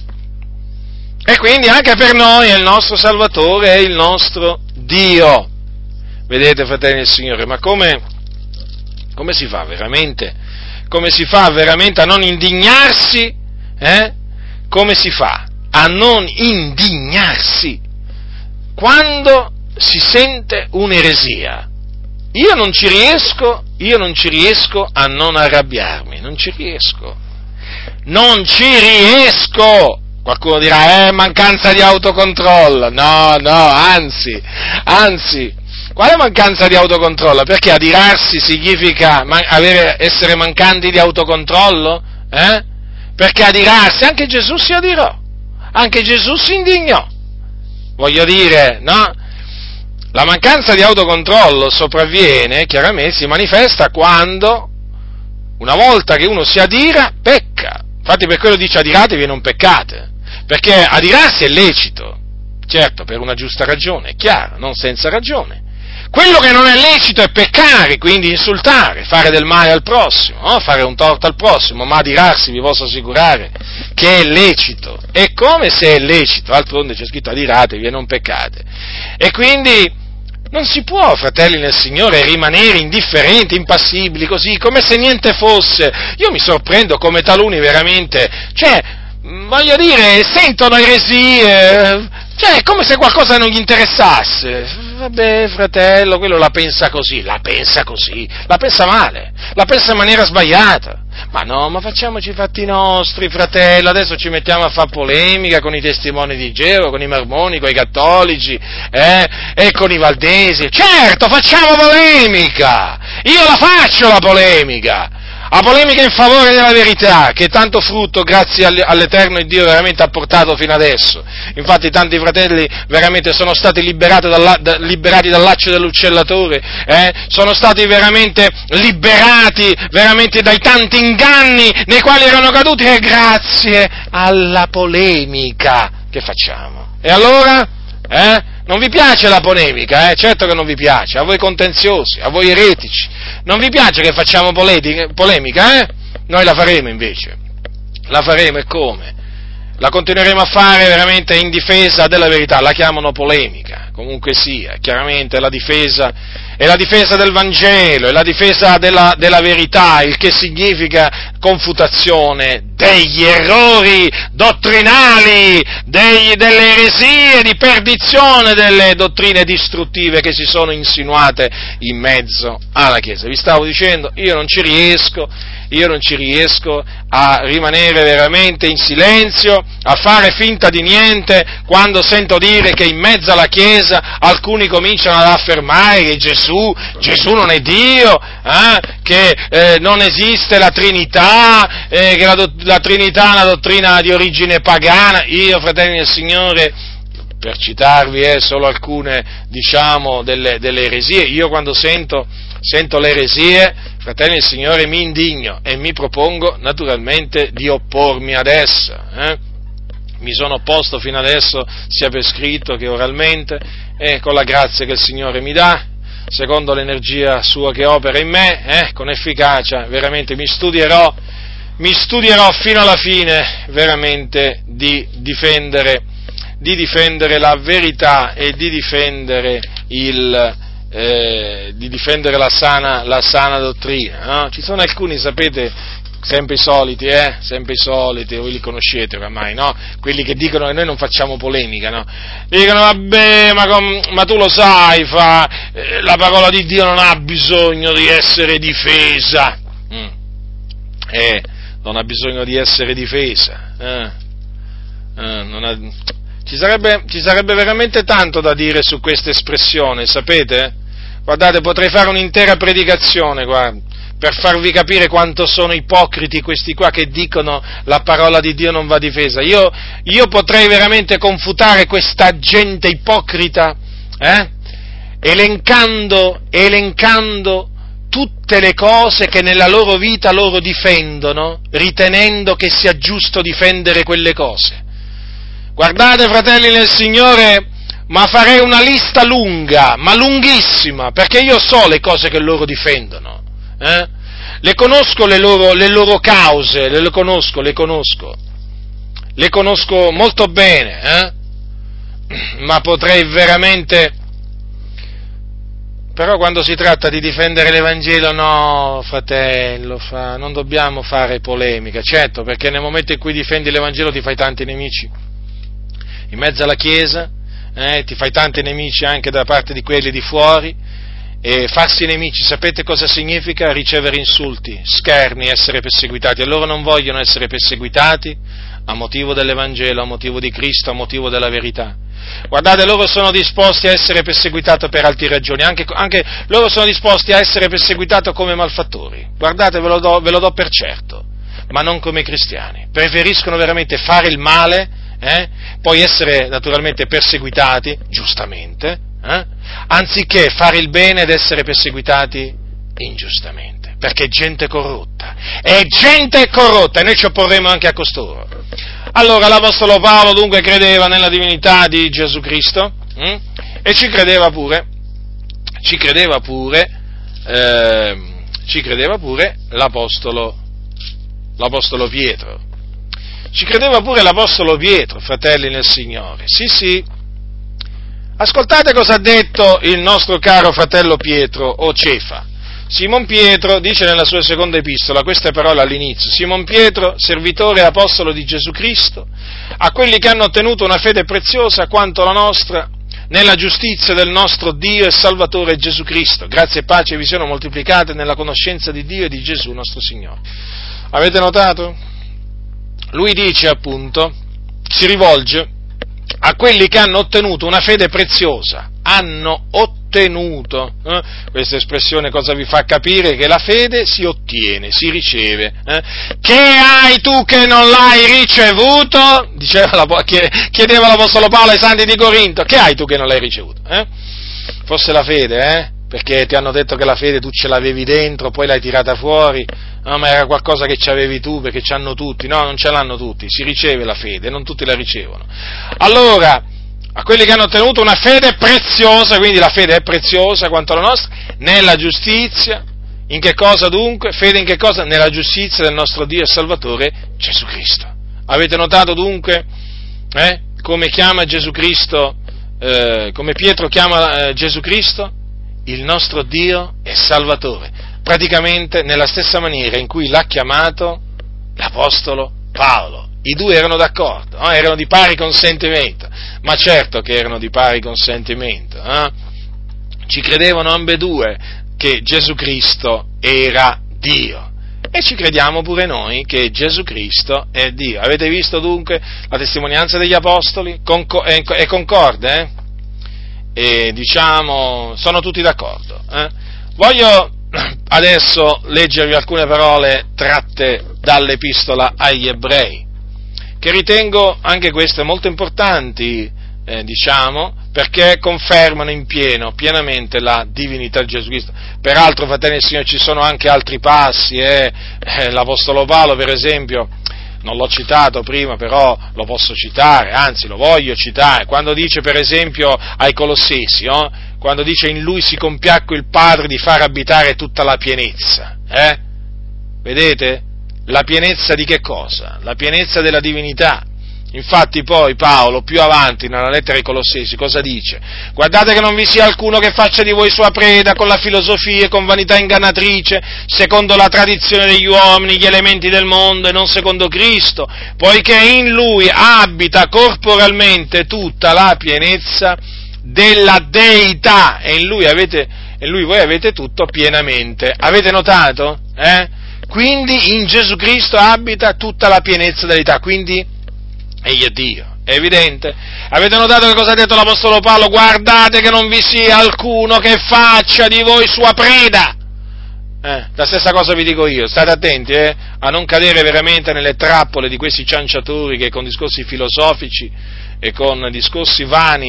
E quindi anche per noi è il nostro Salvatore, è il nostro Dio. Vedete, fratelli del Signore, ma come, come si fa veramente? Come si fa veramente a non indignarsi? Eh? Come si fa a non indignarsi quando si sente un'eresia? Io non ci riesco, io non ci riesco a non arrabbiarmi, non ci riesco. Non ci riesco! Qualcuno dirà, eh, mancanza di autocontrollo. No, no, anzi, anzi, quale mancanza di autocontrollo? Perché adirarsi significa man- avere, essere mancanti di autocontrollo? Eh? Perché adirarsi, anche Gesù si adirò, anche Gesù si indignò. Voglio dire, no? La mancanza di autocontrollo sopravviene, chiaramente, si manifesta quando, una volta che uno si adira, pecca. Infatti per quello dice adiratevi e non peccate, perché adirarsi è lecito, certo, per una giusta ragione, è chiaro, non senza ragione. Quello che non è lecito è peccare, quindi insultare, fare del male al prossimo, no? Fare un torto al prossimo, ma adirarsi vi posso assicurare che è lecito. E come se è lecito? D'altronde c'è scritto adiratevi e non peccate. E quindi non si può, fratelli nel Signore, rimanere indifferenti, impassibili, così, come se niente fosse. Io mi sorprendo come taluni veramente, cioè, voglio dire, sentono eresie, cioè, è come se qualcosa non gli interessasse. Vabbè, fratello, quello la pensa così, la pensa così, la pensa male, la pensa in maniera sbagliata. Ma no, ma facciamoci i fatti nostri, fratello, adesso ci mettiamo a fare polemica con i testimoni di Geova, con i mormoni, con i cattolici, eh, e con i valdesi. Certo, facciamo polemica! Io la faccio la polemica! La polemica in favore della verità, che tanto frutto, grazie all'Eterno Dio, veramente ha portato fino adesso. Infatti tanti fratelli veramente sono stati liberati, dalla, da, liberati dal laccio dell'uccellatore, eh? Sono stati veramente liberati veramente dai tanti inganni nei quali erano caduti, e grazie alla polemica che facciamo. E allora? Eh? Non vi piace la polemica, eh? Certo che non vi piace, a voi contenziosi, a voi eretici, non vi piace che facciamo polemica, eh? Noi la faremo invece, la faremo e come? La continueremo a fare veramente in difesa della verità, la chiamano polemica, comunque sia, chiaramente è la difesa, è la difesa del Vangelo, è la difesa della, della verità, il che significa confutazione degli errori dottrinali, degli, delle eresie di perdizione, delle dottrine distruttive che si sono insinuate in mezzo alla Chiesa. Vi stavo dicendo, io non ci riesco, io non ci riesco a rimanere veramente in silenzio, a fare finta di niente, quando sento dire che in mezzo alla Chiesa alcuni cominciano ad affermare che Gesù, Gesù non è Dio, eh, che eh, non esiste la Trinità, eh, che la, la Trinità è una dottrina di origine pagana. Io, fratelli del Signore, per citarvi eh, solo alcune, diciamo, delle, delle eresie, io quando sento, sento le eresie, fratelli del Signore, mi indigno e mi propongo naturalmente di oppormi ad essa. Eh? Mi sono opposto fino adesso, sia per scritto che oralmente, e con la grazia che il Signore mi dà, secondo l'energia sua che opera in me, eh, con efficacia, veramente mi studierò, mi studierò fino alla fine, veramente, di difendere, di difendere la verità e di difendere il, eh, di difendere la sana, la sana dottrina, no? Ci sono alcuni, sapete, sempre i soliti, eh, sempre i soliti, voi li conoscete oramai, no? Quelli che dicono che noi non facciamo polemica, no? Dicono, vabbè, ma, com- ma tu lo sai, fa, eh, la parola di Dio non ha bisogno di essere difesa, mm. eh, non ha bisogno di essere difesa, eh, eh, non ha... Ci sarebbe, ci sarebbe veramente tanto da dire su questa espressione, sapete? Guardate, potrei fare un'intera predicazione, guarda, per farvi capire quanto sono ipocriti questi qua che dicono la parola di Dio non va difesa. Io, io potrei veramente confutare questa gente ipocrita, eh? elencando, elencando tutte le cose che nella loro vita loro difendono, ritenendo che sia giusto difendere quelle cose. Guardate, fratelli nel Signore, ma farei una lista lunga, ma lunghissima, perché io so le cose che loro difendono, eh? Le conosco le loro, le loro cause, le conosco, le conosco, le conosco molto bene, eh? Ma potrei veramente... Però quando si tratta di difendere l'Evangelo, no, fratello, fa, non dobbiamo fare polemica, certo, perché nel momento in cui difendi l'Evangelo ti fai tanti nemici in mezzo alla Chiesa, eh, ti fai tanti nemici anche da parte di quelli di fuori, e farsi nemici, sapete cosa significa? Ricevere insulti, scherni, essere perseguitati, e loro non vogliono essere perseguitati a motivo dell'Evangelo, a motivo di Cristo, a motivo della verità. Guardate, loro sono disposti a essere perseguitati per altre ragioni, anche, anche loro sono disposti a essere perseguitati come malfattori, guardate, ve lo do, ve lo do per certo, ma non come cristiani. Preferiscono veramente fare il male, eh? Poi essere naturalmente perseguitati, giustamente, eh? anziché fare il bene ed essere perseguitati ingiustamente, perché è gente corrotta, è gente corrotta, e noi ci opporremo anche a costoro. Allora l'Apostolo Paolo dunque credeva nella divinità di Gesù Cristo, hm? e ci credeva pure, ci credeva pure, eh, ci credeva pure l'Apostolo, l'Apostolo Pietro, ci credeva pure l'Apostolo Pietro, fratelli nel Signore, sì sì. Ascoltate cosa ha detto il nostro caro fratello Pietro, o Cefa. Simon Pietro dice nella sua seconda epistola queste parole all'inizio: Simon Pietro, servitore e apostolo di Gesù Cristo, a quelli che hanno ottenuto una fede preziosa quanto la nostra, nella giustizia del nostro Dio e Salvatore Gesù Cristo. Grazie e pace vi siano moltiplicate nella conoscenza di Dio e di Gesù nostro Signore. Avete notato? Lui dice appunto, si rivolge a quelli che hanno ottenuto una fede preziosa, hanno ottenuto, eh? Questa espressione cosa vi fa capire? Che la fede si ottiene, si riceve, eh? Che hai tu che non l'hai ricevuto? Diceva la, chiedeva l'Apostolo Paolo ai santi di Corinto, che hai tu che non l'hai ricevuto? Eh? Forse la fede, eh? Perché ti hanno detto che la fede tu ce l'avevi dentro, poi l'hai tirata fuori, no, ma era qualcosa che c'avevi tu, perché ce l'hanno tutti, no, non ce l'hanno tutti, si riceve la fede, non tutti la ricevono. Allora, a quelli che hanno ottenuto una fede preziosa, quindi la fede è preziosa quanto la nostra, nella giustizia, in che cosa dunque? Fede in che cosa? Nella giustizia del nostro Dio e Salvatore Gesù Cristo. Avete notato dunque, eh, come chiama Gesù Cristo, eh, come Pietro chiama eh, Gesù Cristo? Il nostro Dio e Salvatore, praticamente nella stessa maniera in cui l'ha chiamato l'Apostolo Paolo. I due erano d'accordo, no? Erano di pari consentimento, ma certo che erano di pari consentimento, eh? Ci credevano ambedue che Gesù Cristo era Dio, e ci crediamo pure noi che Gesù Cristo è Dio. Avete visto dunque la testimonianza degli Apostoli? Conco- è, è concorde, eh? E diciamo, sono tutti d'accordo. Eh? Voglio adesso leggervi alcune parole tratte dall'Epistola agli Ebrei, che ritengo anche queste molto importanti, eh, diciamo, perché confermano in pieno, pienamente la divinità di Gesù Cristo. Peraltro, fratelli del Signore, ci sono anche altri passi, eh? Eh, l'Apostolo Paolo, per esempio, non l'ho citato prima, però lo posso citare, anzi lo voglio citare, quando dice per esempio ai Colossesi, oh, quando dice in lui si compiacque il Padre di far abitare tutta la pienezza, eh? Vedete? La pienezza di che cosa? La pienezza della divinità. Infatti poi Paolo più avanti nella lettera ai Colossesi cosa dice? Guardate che non vi sia alcuno che faccia di voi sua preda con la filosofia e con vanità ingannatrice, secondo la tradizione degli uomini, gli elementi del mondo e non secondo Cristo, poiché in Lui abita corporalmente tutta la pienezza della Deità, e in Lui avete, in Lui voi avete tutto pienamente. Avete notato? Eh? Quindi in Gesù Cristo abita tutta la pienezza della Deità, quindi egli è Dio, è evidente. Avete notato che cosa ha detto l'Apostolo Paolo? Guardate che non vi sia alcuno che faccia di voi sua preda. Eh, la stessa cosa vi dico io, state attenti eh, a non cadere veramente nelle trappole di questi cianciatori che con discorsi filosofici e con discorsi vani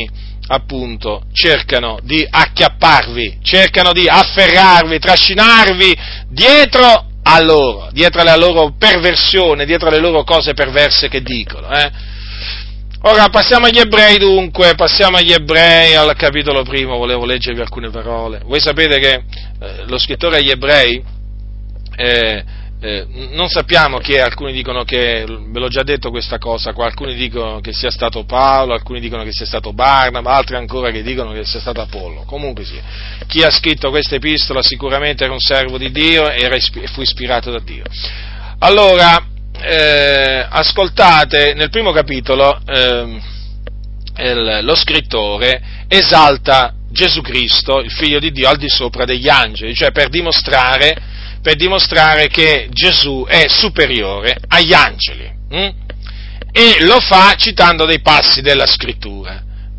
appunto, cercano di acchiapparvi, cercano di afferrarvi, trascinarvi dietro a loro, dietro alla loro perversione, dietro alle loro cose perverse che dicono, eh. Ora passiamo agli ebrei dunque, passiamo agli ebrei al capitolo primo, volevo leggervi alcune parole. Voi sapete che eh, lo scrittore agli ebrei, eh, eh, non sappiamo chi è, alcuni dicono che, ve l'ho già detto questa cosa qua, alcuni dicono che sia stato Paolo, alcuni dicono che sia stato Barnaba, altri ancora che dicono che sia stato Apollo. Comunque sì, chi ha scritto questa epistola sicuramente era un servo di Dio e era, fu ispirato da Dio. Allora, Eh, ascoltate, nel primo capitolo eh, il, lo scrittore esalta Gesù Cristo, il Figlio di Dio, al di sopra degli angeli, cioè per dimostrare, per dimostrare che Gesù è superiore agli angeli, hm? E lo fa citando dei passi della Scrittura.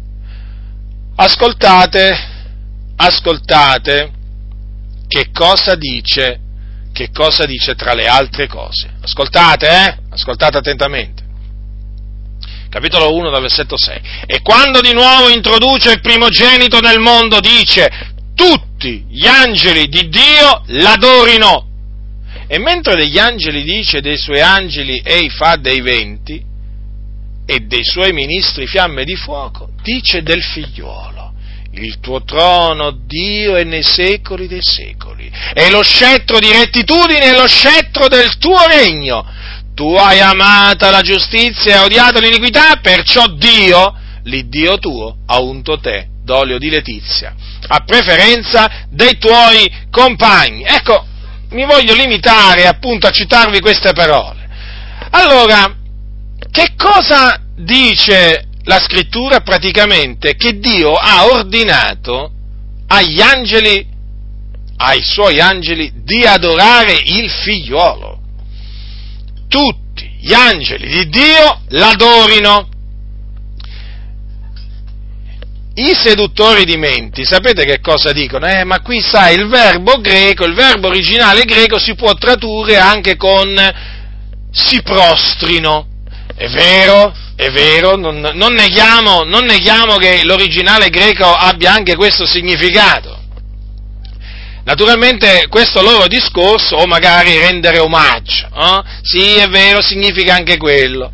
Ascoltate, ascoltate che cosa dice Che cosa dice tra le altre cose? Ascoltate, eh? Ascoltate attentamente. Capitolo uno, dal versetto sei. E quando di nuovo introduce il primogenito nel mondo, dice: tutti gli angeli di Dio l'adorino. E mentre degli angeli dice dei suoi angeli ei fa dei venti, e dei suoi ministri fiamme di fuoco, dice del figliuolo: il tuo trono, Dio, è nei secoli dei secoli, e lo scettro di rettitudine è lo scettro del tuo regno. Tu hai amata la giustizia e odiato l'iniquità, perciò Dio, l'Iddio tuo, ha unto te d'olio di letizia, a preferenza dei tuoi compagni. Ecco, mi voglio limitare appunto a citarvi queste parole. Allora, che cosa dice la Scrittura? Praticamente che Dio ha ordinato agli angeli, ai suoi angeli, di adorare il figliuolo. Tutti gli angeli di Dio l'adorino. I seduttori di menti, sapete che cosa dicono? Eh, ma qui sai, il verbo greco, il verbo originale greco si può tradurre anche con si prostrino. È vero? È vero, non, non, neghiamo, non neghiamo che l'originale greco abbia anche questo significato. Naturalmente questo loro discorso, o magari rendere omaggio, eh? Sì, è vero, significa anche quello.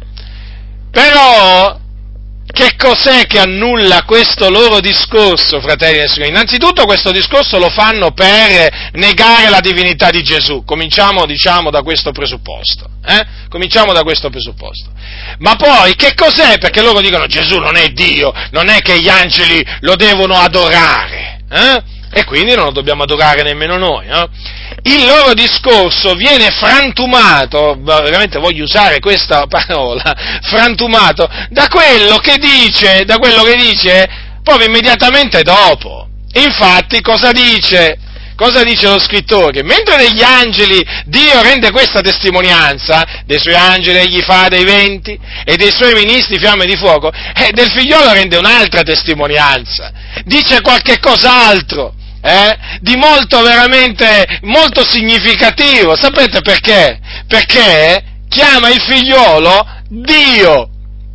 Però, che cos'è che annulla questo loro discorso, fratelli del Signore? Innanzitutto questo discorso lo fanno per negare la divinità di Gesù. Cominciamo, diciamo, da questo presupposto. Eh? Cominciamo da questo presupposto. Ma poi, che cos'è? Perché loro dicono Gesù non è Dio, non è che gli angeli lo devono adorare, eh? E quindi non lo dobbiamo adorare nemmeno noi, eh? Il loro discorso viene frantumato, veramente voglio usare questa parola, frantumato, da quello che dice, da quello che dice proprio immediatamente dopo. Infatti, cosa dice? Cosa dice lo scrittore? Che mentre degli angeli Dio rende questa testimonianza, dei suoi angeli egli fa dei venti, e dei suoi ministri fiamme di fuoco, e del figliolo rende un'altra testimonianza, dice qualche cos'altro, eh? Di molto veramente, molto significativo. Sapete perché? Perché chiama il figliolo Dio.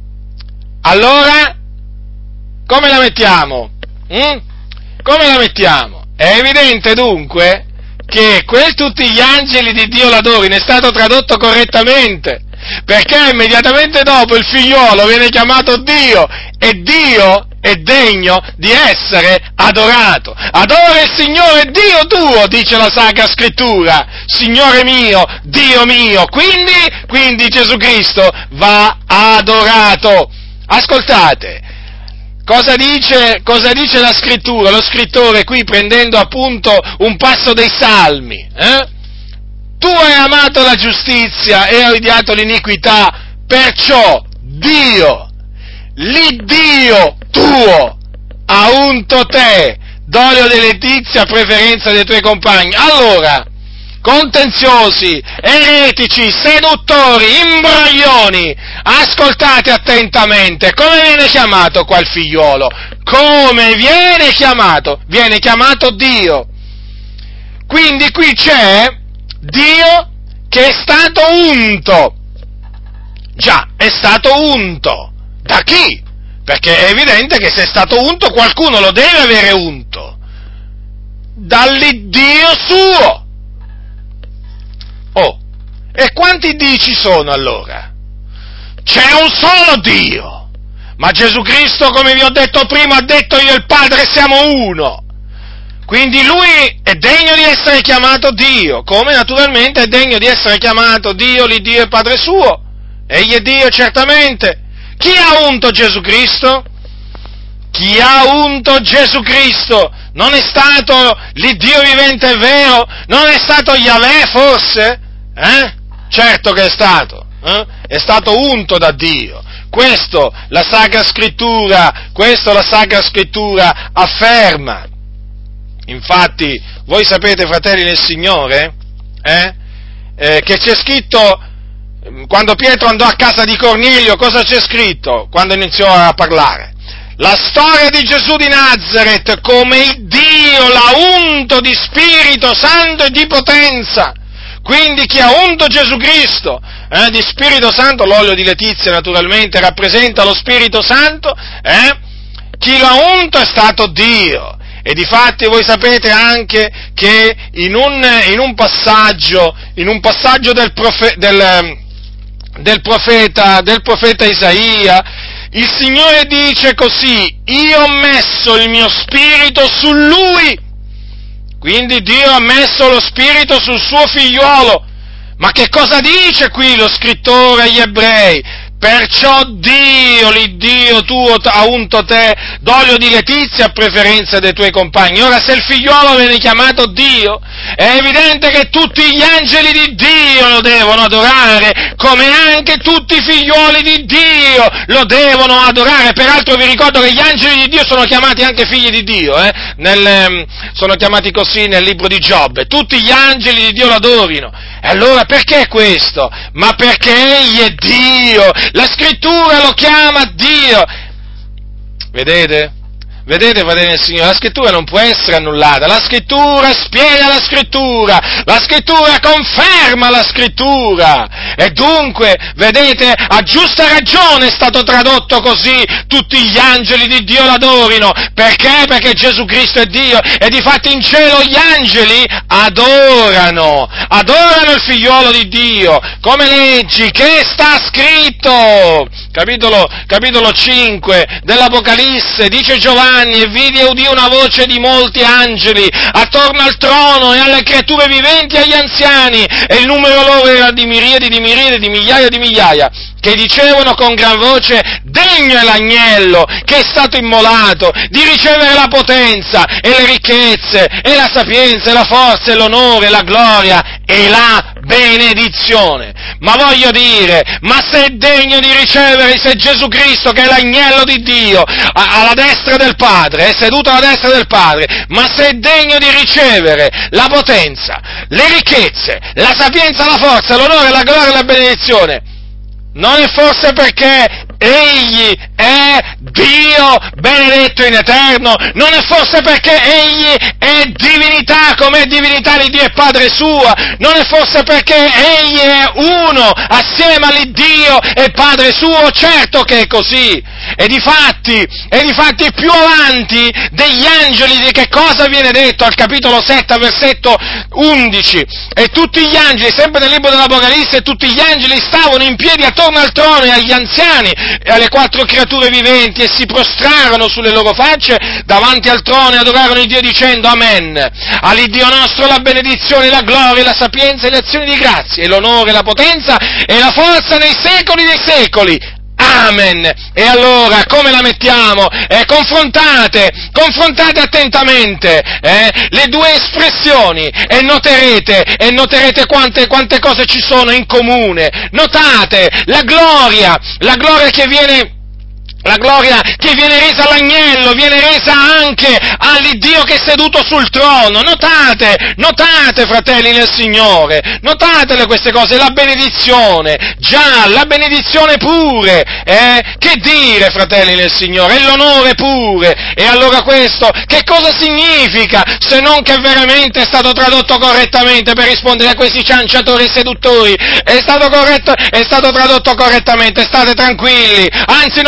Allora, come la mettiamo? Mm? Come la mettiamo? È evidente dunque che quel tutti gli angeli di Dio l'adorino è stato tradotto correttamente, perché immediatamente dopo il figliolo viene chiamato Dio, e Dio è degno di essere adorato. Adora il Signore Dio tuo, dice la Sacra Scrittura, Signore mio, Dio mio, quindi, quindi Gesù Cristo va adorato. Ascoltate. Cosa dice, cosa dice la Scrittura? Lo scrittore qui, prendendo appunto un passo dei Salmi, eh? Tu hai amato la giustizia e hai odiato l'iniquità, perciò Dio, l'Iddio tuo, ha unto te d'olio di letizia a preferenza dei tuoi compagni. Allora, contenziosi, eretici, seduttori, imbroglioni, ascoltate attentamente, come viene chiamato qua il figliolo? Come viene chiamato? Viene chiamato Dio. Quindi qui c'è Dio che è stato unto. Già, è stato unto. Da chi? perché è evidente che se è stato unto qualcuno lo deve avere unto, dall'Iddio suo. Oh, e quanti Dii ci sono allora? C'è un solo Dio, ma Gesù Cristo, come vi ho detto prima, ha detto io e il Padre siamo uno. Quindi Lui è degno di essere chiamato Dio, come naturalmente è degno di essere chiamato Dio, l'Iddio e Padre suo. Egli è Dio, certamente. Chi ha unto Gesù Cristo? Chi ha unto Gesù Cristo? Non è stato l'Iddio vivente e vero? Non è stato Yahweh forse? Eh? Certo che è stato. Eh? È stato unto da Dio. Questo la Sacra Scrittura, questo la Sacra Scrittura afferma. Infatti, voi sapete, fratelli nel Signore, eh, eh, che c'è scritto, quando Pietro andò a casa di Cornelio, cosa c'è scritto quando iniziò a parlare? La storia di Gesù di Nazaret, come il Dio l'ha unto di Spirito Santo e di potenza. Quindi chi ha unto Gesù Cristo eh, di Spirito Santo, l'olio di Letizia naturalmente rappresenta lo Spirito Santo, eh, chi lo ha unto è stato Dio. E difatti voi sapete anche che in un, in un passaggio, in un passaggio del, profe, del, del, profeta, del profeta Isaia, il Signore dice così: io ho messo il mio spirito su lui. Quindi Dio ha messo lo spirito sul suo figliuolo. Ma che cosa dice qui lo scrittore agli ebrei? Perciò Dio, l'Iddio tuo, ha unto te d'olio di letizia a preferenza dei tuoi compagni. Ora, se il figliuolo viene chiamato Dio, è evidente che tutti gli angeli di Dio lo devono adorare, come anche tutti i figliuoli di Dio lo devono adorare. Peraltro vi ricordo che gli angeli di Dio sono chiamati anche figli di Dio, eh? Nel, sono chiamati così nel libro di Giobbe. Tutti gli angeli di Dio lo adorino. E allora perché questo? Ma perché Egli è Dio, la Scrittura lo chiama Dio. Vedete? Vedete, fratelli del Signore, la Scrittura non può essere annullata, la Scrittura spiega la Scrittura, la Scrittura conferma la Scrittura, e dunque, vedete, a giusta ragione è stato tradotto così, tutti gli angeli di Dio l'adorino. Perché? Perché Gesù Cristo è Dio, e difatti in cielo gli angeli adorano, adorano il figliuolo di Dio. Come leggi? Che sta scritto? Capitolo, capitolo cinque dell'Apocalisse, dice Giovanni: e vidi e udì una voce di molti angeli attorno al trono e alle creature viventi e agli anziani, e il numero loro era di miriadi, di miriadi, di migliaia di migliaia, che dicevano con gran voce: degno è l'agnello che è stato immolato di ricevere la potenza e le ricchezze e la sapienza e la forza e l'onore e la gloria e la benedizione. Ma voglio dire, ma se è degno di ricevere, se Gesù Cristo, che è l'agnello di Dio, alla destra del Padre, è seduto alla destra del Padre, ma se è degno di ricevere la potenza, le ricchezze, la sapienza, la forza, l'onore, la gloria e la benedizione, non è forse perché Egli è Dio benedetto in eterno? Non è forse perché Egli è divinità, come è divinità di Dio e Padre sua? Non è forse perché Egli è uno assieme all'Iddio e Padre suo? Certo che è così. E difatti, e difatti più avanti degli angeli, di che cosa viene detto al capitolo sette, versetto undici? E tutti gli angeli, sempre nel libro dell'Apocalisse, tutti gli angeli stavano in piedi attorno al trono e agli anziani e alle quattro creature viventi, e si prostrarono sulle loro facce davanti al trono e adorarono il Dio dicendo: Amen. All'Iddio nostro la benedizione, la gloria, la sapienza e le azioni di grazia, e l'onore, la potenza e la forza nei secoli dei secoli. Amen. E allora come la mettiamo? Eh, confrontate, confrontate attentamente eh, le due espressioni e noterete, e noterete quante, quante cose ci sono in comune. Notate la gloria, la gloria che viene La gloria che viene resa all'agnello, viene resa anche all'Iddio che è seduto sul trono. Notate, notate, fratelli nel Signore, notatele queste cose, la benedizione, già, la benedizione pure, eh? Che dire, fratelli nel Signore, e l'onore pure. E allora questo, che cosa significa, se non che veramente è stato tradotto correttamente, per rispondere a questi cianciatori e seduttori? È stato corretto, è stato tradotto correttamente, state tranquilli, anzi non dovete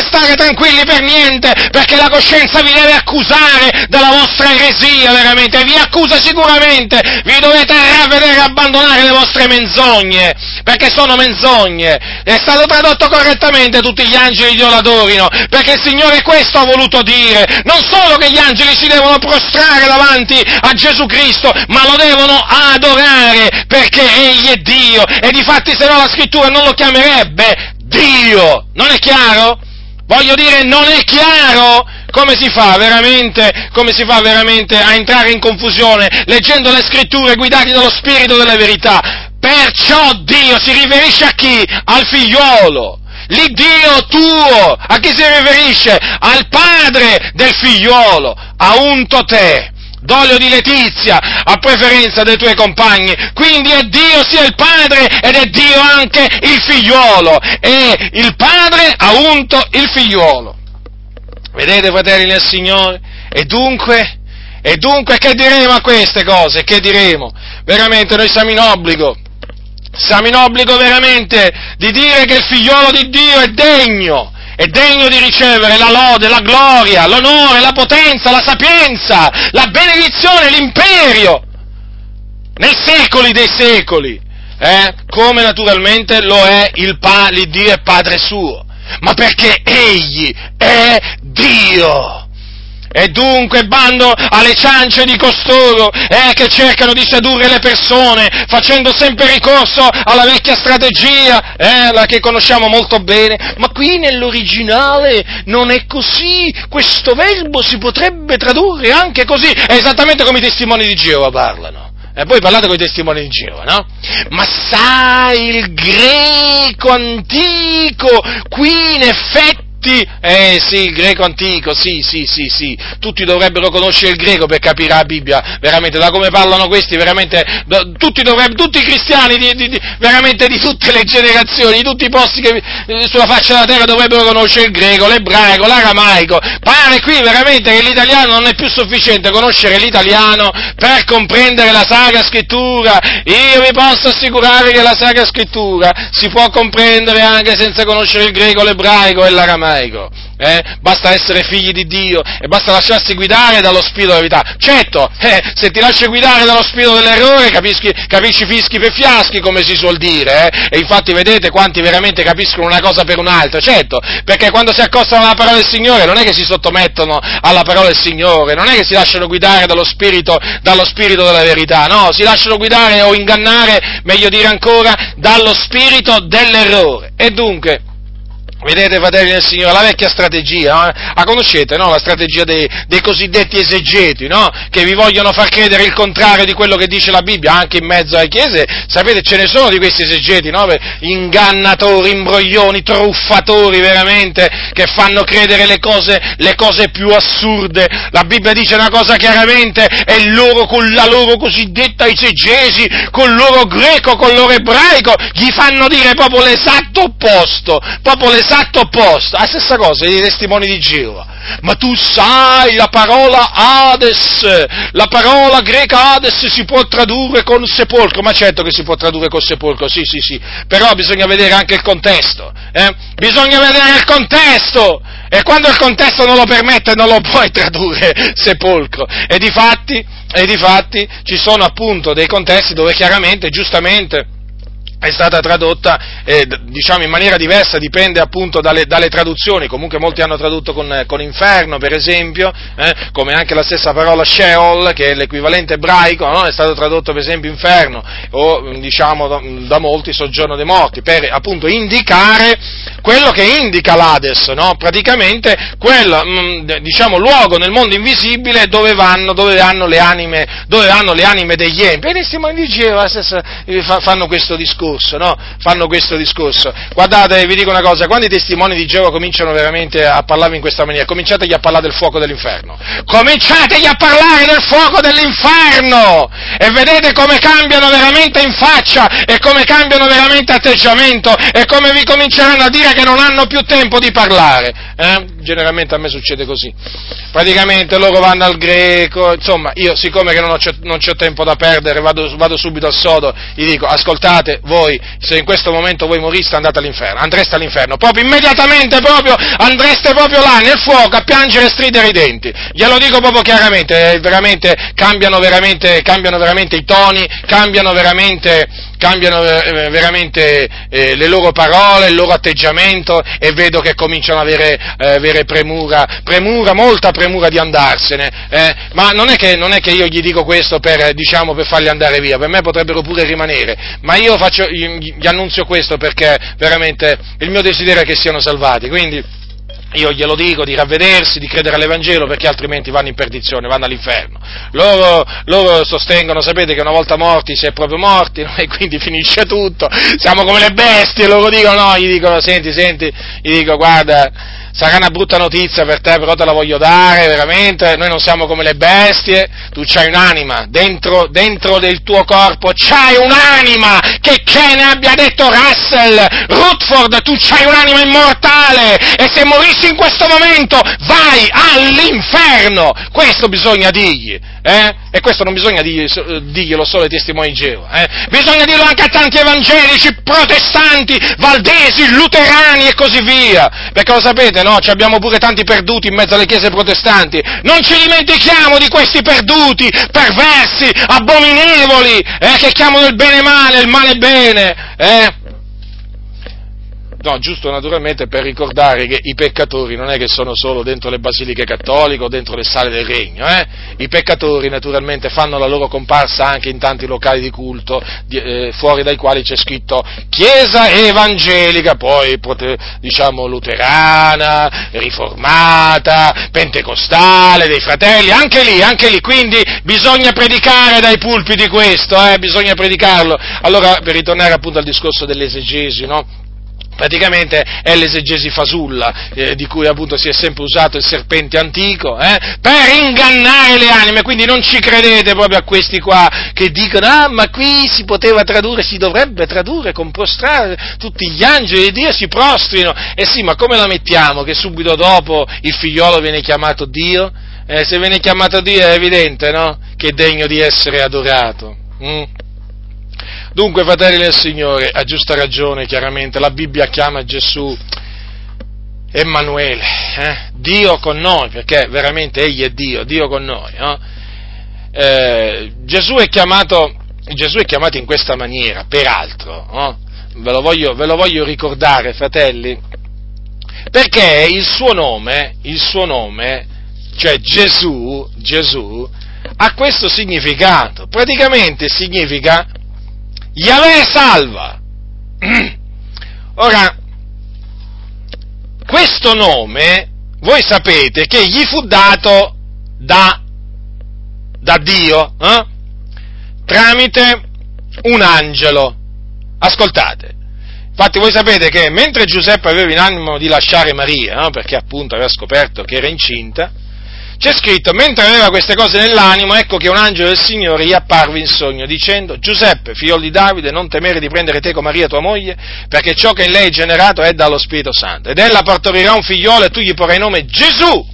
stare tranquilli per niente, perché la coscienza vi deve accusare della vostra eresia, veramente, vi accusa sicuramente, vi dovete ravvedere e abbandonare le vostre menzogne, perché sono menzogne. È stato tradotto correttamente: tutti gli angeli Dio l'adorino, perché il Signore questo ha voluto dire, non solo che gli angeli si devono prostrare davanti a Gesù Cristo, ma lo devono adorare, perché Egli è Dio, e difatti se no la scrittura non lo chiamerebbe Dio. Non è chiaro? Voglio dire, non è chiaro? Come si fa veramente, come si fa veramente a entrare in confusione leggendo le scritture guidati dallo Spirito della verità? Perciò Dio si riferisce a chi? Al figliolo. L'Iddio tuo, a chi si riferisce? Al padre del figliolo, a unto te d'olio di letizia, a preferenza dei tuoi compagni. Quindi è Dio sia il Padre ed è Dio anche il Figliuolo, e il Padre ha unto il Figliuolo. Vedete, fratelli nel Signore? E dunque, e dunque che diremo a queste cose? Che diremo? Veramente noi siamo in obbligo, siamo in obbligo veramente di dire che il Figliuolo di Dio è degno, è degno di ricevere la lode, la gloria, l'onore, la potenza, la sapienza, la benedizione, l'imperio, nei secoli dei secoli, eh? Come naturalmente lo è il pa- l'Iddio e Padre suo, ma perché Egli è Dio. E dunque bando alle ciance di costoro eh, che cercano di sedurre le persone, facendo sempre ricorso alla vecchia strategia, eh, la che conosciamo molto bene. Ma qui nell'originale non è così, questo verbo si potrebbe tradurre anche così, è esattamente come i testimoni di Geova parlano. E poi parlate con i testimoni di Geova, no? Ma sai, il greco antico, qui in effetti, eh sì, il greco antico, sì, sì, sì, sì, tutti dovrebbero conoscere il greco per capire la Bibbia, veramente, da come parlano questi, veramente, do, tutti dovrebbero, tutti i cristiani, di, di, di, veramente di tutte le generazioni, di tutti i posti che eh, sulla faccia della terra dovrebbero conoscere il greco, l'ebraico, l'aramaico. Pare qui veramente che l'italiano non è più sufficiente conoscere l'italiano per comprendere la Sacra Scrittura. Io vi posso assicurare che la Sacra Scrittura si può comprendere anche senza conoscere il greco, l'ebraico e l'aramaico. Eh? Basta essere figli di Dio e basta lasciarsi guidare dallo spirito della verità. Certo, eh, se ti lasci guidare dallo spirito dell'errore capisci, capisci fischi per fiaschi, come si suol dire, eh? E infatti vedete quanti veramente capiscono una cosa per un'altra. Certo, perché quando si accostano alla parola del Signore non è che si sottomettono alla parola del Signore, non è che si lasciano guidare dallo spirito, dallo spirito della verità, no, si lasciano guidare o ingannare, meglio dire ancora, dallo spirito dell'errore. E dunque, vedete, fratelli del Signore, la vecchia strategia, eh? La conoscete, no? La strategia dei, dei cosiddetti esegeti, no? Che vi vogliono far credere il contrario di quello che dice la Bibbia, anche in mezzo alle chiese. Sapete, ce ne sono di questi esegeti, no? Ingannatori, imbroglioni, truffatori, veramente, che fanno credere le cose, le cose più assurde. La Bibbia dice una cosa chiaramente, e loro, con la loro cosiddetta esegesi, col loro greco, col loro ebraico, gli fanno dire proprio l'esatto opposto, proprio l'esatto Esatto opposto, la stessa cosa i testimoni di Geova. Ma tu sai, la parola Hades, la parola greca Hades si può tradurre con sepolcro, ma certo che si può tradurre con sepolcro, sì, sì, sì, però bisogna vedere anche il contesto, eh? Bisogna vedere il contesto, e quando il contesto non lo permette non lo puoi tradurre sepolcro, e difatti, e difatti ci sono appunto dei contesti dove chiaramente, giustamente, è stata tradotta, eh, diciamo in maniera diversa, dipende appunto dalle, dalle traduzioni. Comunque molti hanno tradotto con, con inferno, per esempio, eh, come anche la stessa parola Sheol, che è l'equivalente ebraico, no? È stato tradotto per esempio inferno, o diciamo da, da molti soggiorno dei morti, per appunto indicare quello che indica l'Hades, no? Praticamente quel, mh, diciamo, luogo nel mondo invisibile dove vanno, dove hanno le anime, dove hanno le anime degli empi. E i testimoni di Geova fanno questo discorso. No? Fanno questo discorso. Guardate, vi dico una cosa, quando i testimoni di Geova cominciano veramente a parlare in questa maniera, cominciategli a parlare del fuoco dell'inferno, cominciategli a parlare del fuoco dell'inferno, e vedete come cambiano veramente in faccia, e come cambiano veramente atteggiamento, e come vi cominceranno a dire che non hanno più tempo di parlare, eh? Generalmente a me succede così, praticamente loro vanno al greco, insomma, io siccome che non ho, non c'ho tempo da perdere, vado, vado subito al sodo, gli dico, ascoltate, voi voi, se in questo momento voi moriste, andate all'inferno, andreste all'inferno, proprio immediatamente, proprio, andreste proprio là, nel fuoco, a piangere e stridere i denti. Glielo dico proprio chiaramente, veramente, cambiano veramente, cambiano veramente i toni, cambiano veramente, cambiano veramente eh, le loro parole, il loro atteggiamento, e vedo che cominciano ad avere, eh, avere premura, premura, molta premura di andarsene, eh, ma non è che, non è che io gli dico questo per, diciamo, per farli andare via, per me potrebbero pure rimanere, ma io faccio, gli, gli annunzio questo perché veramente il mio desiderio è che siano salvati, quindi io glielo dico di ravvedersi, di credere all'Evangelo, perché altrimenti vanno in perdizione, vanno all'inferno. Loro, loro sostengono, sapete, che una volta morti si è proprio morti, no? E quindi finisce tutto, siamo come le bestie, loro dicono, no, gli dicono, senti, senti, gli dico, guarda, sarà una brutta notizia per te, però te la voglio dare, veramente, noi non siamo come le bestie, tu c'hai un'anima, dentro, dentro del tuo corpo c'hai un'anima, che che ne abbia detto Russell, Rutherford, tu c'hai un'anima immortale, e se morissi in questo momento vai all'inferno, questo bisogna dirgli, eh? E questo non bisogna dirgli, dirglielo solo ai testimoni di Geova, eh? Bisogna dirlo anche a tanti evangelici, protestanti, valdesi, luterani e così via, perché lo sapete, no? Ci abbiamo pure tanti perduti in mezzo alle chiese protestanti, non ci dimentichiamo di questi perduti, perversi, abominevoli, eh? Che chiamano il bene male, il male bene, eh? No, giusto naturalmente per ricordare che i peccatori non è che sono solo dentro le basiliche cattoliche o dentro le sale del regno, eh? I peccatori naturalmente fanno la loro comparsa anche in tanti locali di culto, di, eh, fuori dai quali c'è scritto Chiesa Evangelica, poi diciamo luterana, riformata, pentecostale, dei fratelli, anche lì, anche lì, quindi bisogna predicare dai pulpiti questo, eh? Bisogna predicarlo. Allora, per ritornare appunto al discorso dell'esegesi, no? Praticamente è l'esegesi fasulla, eh, di cui appunto si è sempre usato il serpente antico, eh, per ingannare le anime, quindi non ci credete proprio a questi qua che dicono, ah, ma qui si poteva tradurre, si dovrebbe tradurre con prostrare, tutti gli angeli di Dio si prostrino, e sì, ma come la mettiamo che subito dopo il figliolo viene chiamato Dio? Eh, se viene chiamato Dio è evidente, no? Che è degno di essere adorato. Mm? Dunque, fratelli del Signore, a giusta ragione, chiaramente, la Bibbia chiama Gesù Emanuele, eh? Dio con noi, perché veramente Egli è Dio, Dio con noi. No? Eh, Gesù è chiamato, Gesù è chiamato in questa maniera, peraltro, no? ve, lo voglio, ve lo voglio ricordare, fratelli, perché il suo nome, il suo nome, cioè Gesù, Gesù, ha questo significato, praticamente significa Yahweh salva. Ora, questo nome, voi sapete che gli fu dato da, da Dio, eh? tramite un angelo. Ascoltate, infatti voi sapete che mentre Giuseppe aveva in animo di lasciare Maria, eh? perché appunto aveva scoperto che era incinta, c'è scritto, mentre aveva queste cose nell'animo, ecco che un angelo del Signore gli apparve in sogno, dicendo, Giuseppe, figlio di Davide, non temere di prendere teco Maria tua moglie, perché ciò che in lei è generato è dallo Spirito Santo, ed ella partorirà un figliolo e tu gli porrai nome Gesù,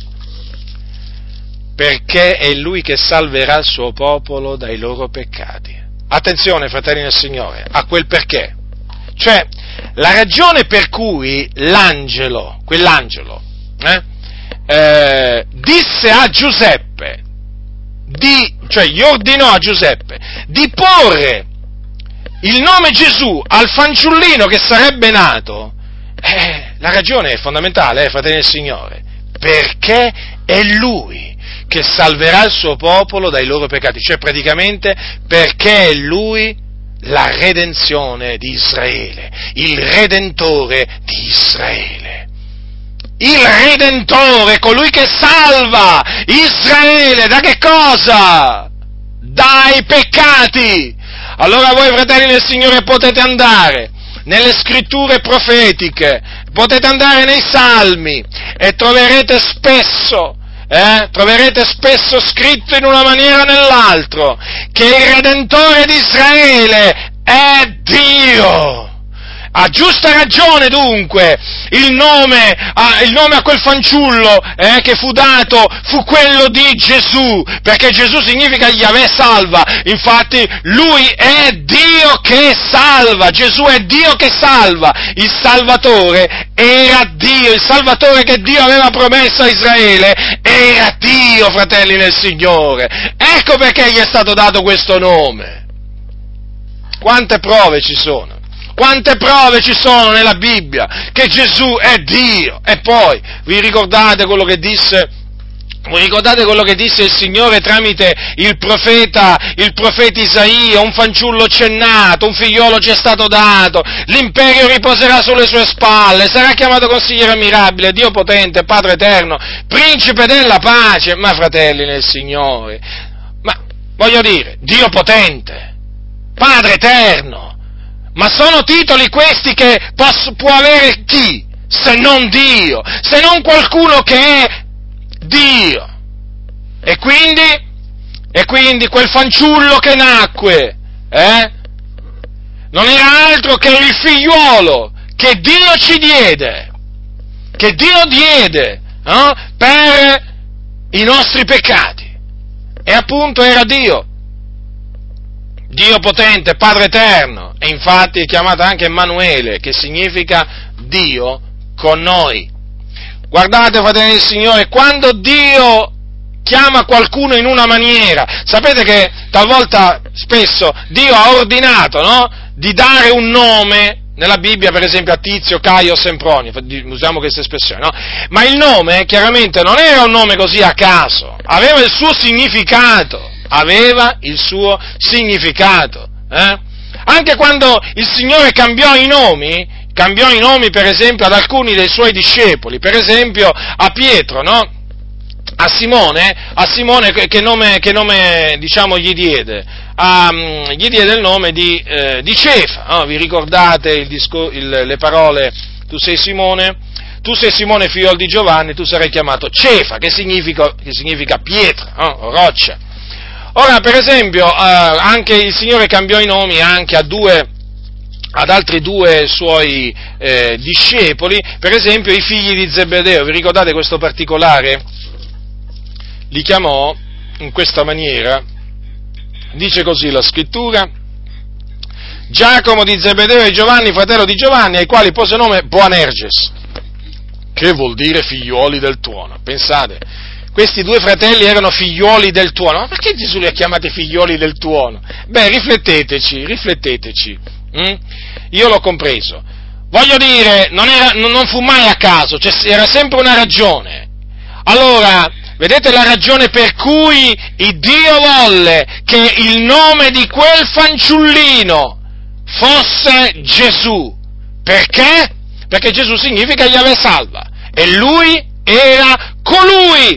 perché è lui che salverà il suo popolo dai loro peccati. Attenzione, fratelli del Signore, a quel perché. Cioè, la ragione per cui l'angelo, quell'angelo, eh, Eh, disse a Giuseppe, di, cioè gli ordinò a Giuseppe di porre il nome Gesù al fanciullino che sarebbe nato, eh, la ragione è fondamentale, eh, fratelli del Signore, perché è lui che salverà il suo popolo dai loro peccati, cioè praticamente perché è lui la redenzione di Israele, il Redentore di Israele. Il Redentore, colui che salva Israele, da che cosa? Dai peccati! Allora voi, fratelli del Signore, potete andare nelle scritture profetiche, potete andare nei Salmi e troverete spesso, eh, troverete spesso scritto in una maniera o nell'altro che il Redentore di Israele è Dio! A giusta ragione dunque il nome a, il nome a quel fanciullo eh, che fu dato fu quello di Gesù, perché Gesù significa Yahweh salva, infatti lui è Dio che salva, Gesù è Dio che salva, il Salvatore era Dio, il Salvatore che Dio aveva promesso a Israele era Dio, fratelli nel Signore, ecco perché gli è stato dato questo nome. Quante prove ci sono? Quante prove ci sono nella Bibbia che Gesù è Dio? E poi, vi ricordate quello che disse, vi ricordate quello che disse il Signore tramite il profeta, il profeta Isaia? Un fanciullo c'è nato, un figliolo ci è stato dato, l'imperio riposerà sulle sue spalle, sarà chiamato consigliere ammirabile, Dio potente, Padre eterno, principe della pace. Ma fratelli nel Signore, ma voglio dire, Dio potente, Padre eterno, ma sono titoli questi che posso, può avere chi? Se non Dio, se non qualcuno che è Dio. E quindi, e quindi quel fanciullo che nacque, eh, non era altro che il figliuolo che Dio ci diede, che Dio diede, eh, per i nostri peccati. E appunto era Dio. Dio potente, Padre eterno, e infatti è chiamato anche Emanuele, che significa Dio con noi. Guardate, fratelli del Signore, quando Dio chiama qualcuno in una maniera, sapete che talvolta, spesso, Dio ha ordinato, no? Di dare un nome, nella Bibbia per esempio a Tizio, Caio, Sempronio, usiamo questa espressione, no? Ma il nome chiaramente non era un nome così a caso, aveva il suo significato. Aveva il suo significato. Eh? Anche quando il Signore cambiò i nomi, cambiò i nomi per esempio ad alcuni dei suoi discepoli, per esempio a Pietro, no? A Simone, a Simone che nome, che nome diciamo gli diede? A, gli diede il nome di, eh, di Cefa, no? Vi ricordate il discor- il, le parole, tu sei Simone, tu sei Simone figlio di Giovanni, tu sarai chiamato Cefa, che significa, che significa pietra, no? Roccia. Ora, per esempio, eh, anche il Signore cambiò i nomi anche a due, ad altri due suoi eh, discepoli, per esempio i figli di Zebedeo. Vi ricordate questo particolare? Li chiamò in questa maniera, dice così la Scrittura: Giacomo di Zebedeo e Giovanni, fratello di Giovanni, ai quali pose nome Boanerges, che vuol dire figliuoli del tuono. Pensate. Questi due fratelli erano figlioli del tuono. Ma perché Gesù li ha chiamati figlioli del tuono? Beh, rifletteteci, rifletteteci. Mm? Io l'ho compreso. Voglio dire, non, era, non fu mai a caso, cioè, era sempre una ragione. Allora, vedete la ragione per cui il Dio volle che il nome di quel fanciullino fosse Gesù. Perché? Perché Gesù significa Yahweh salva. E lui era colui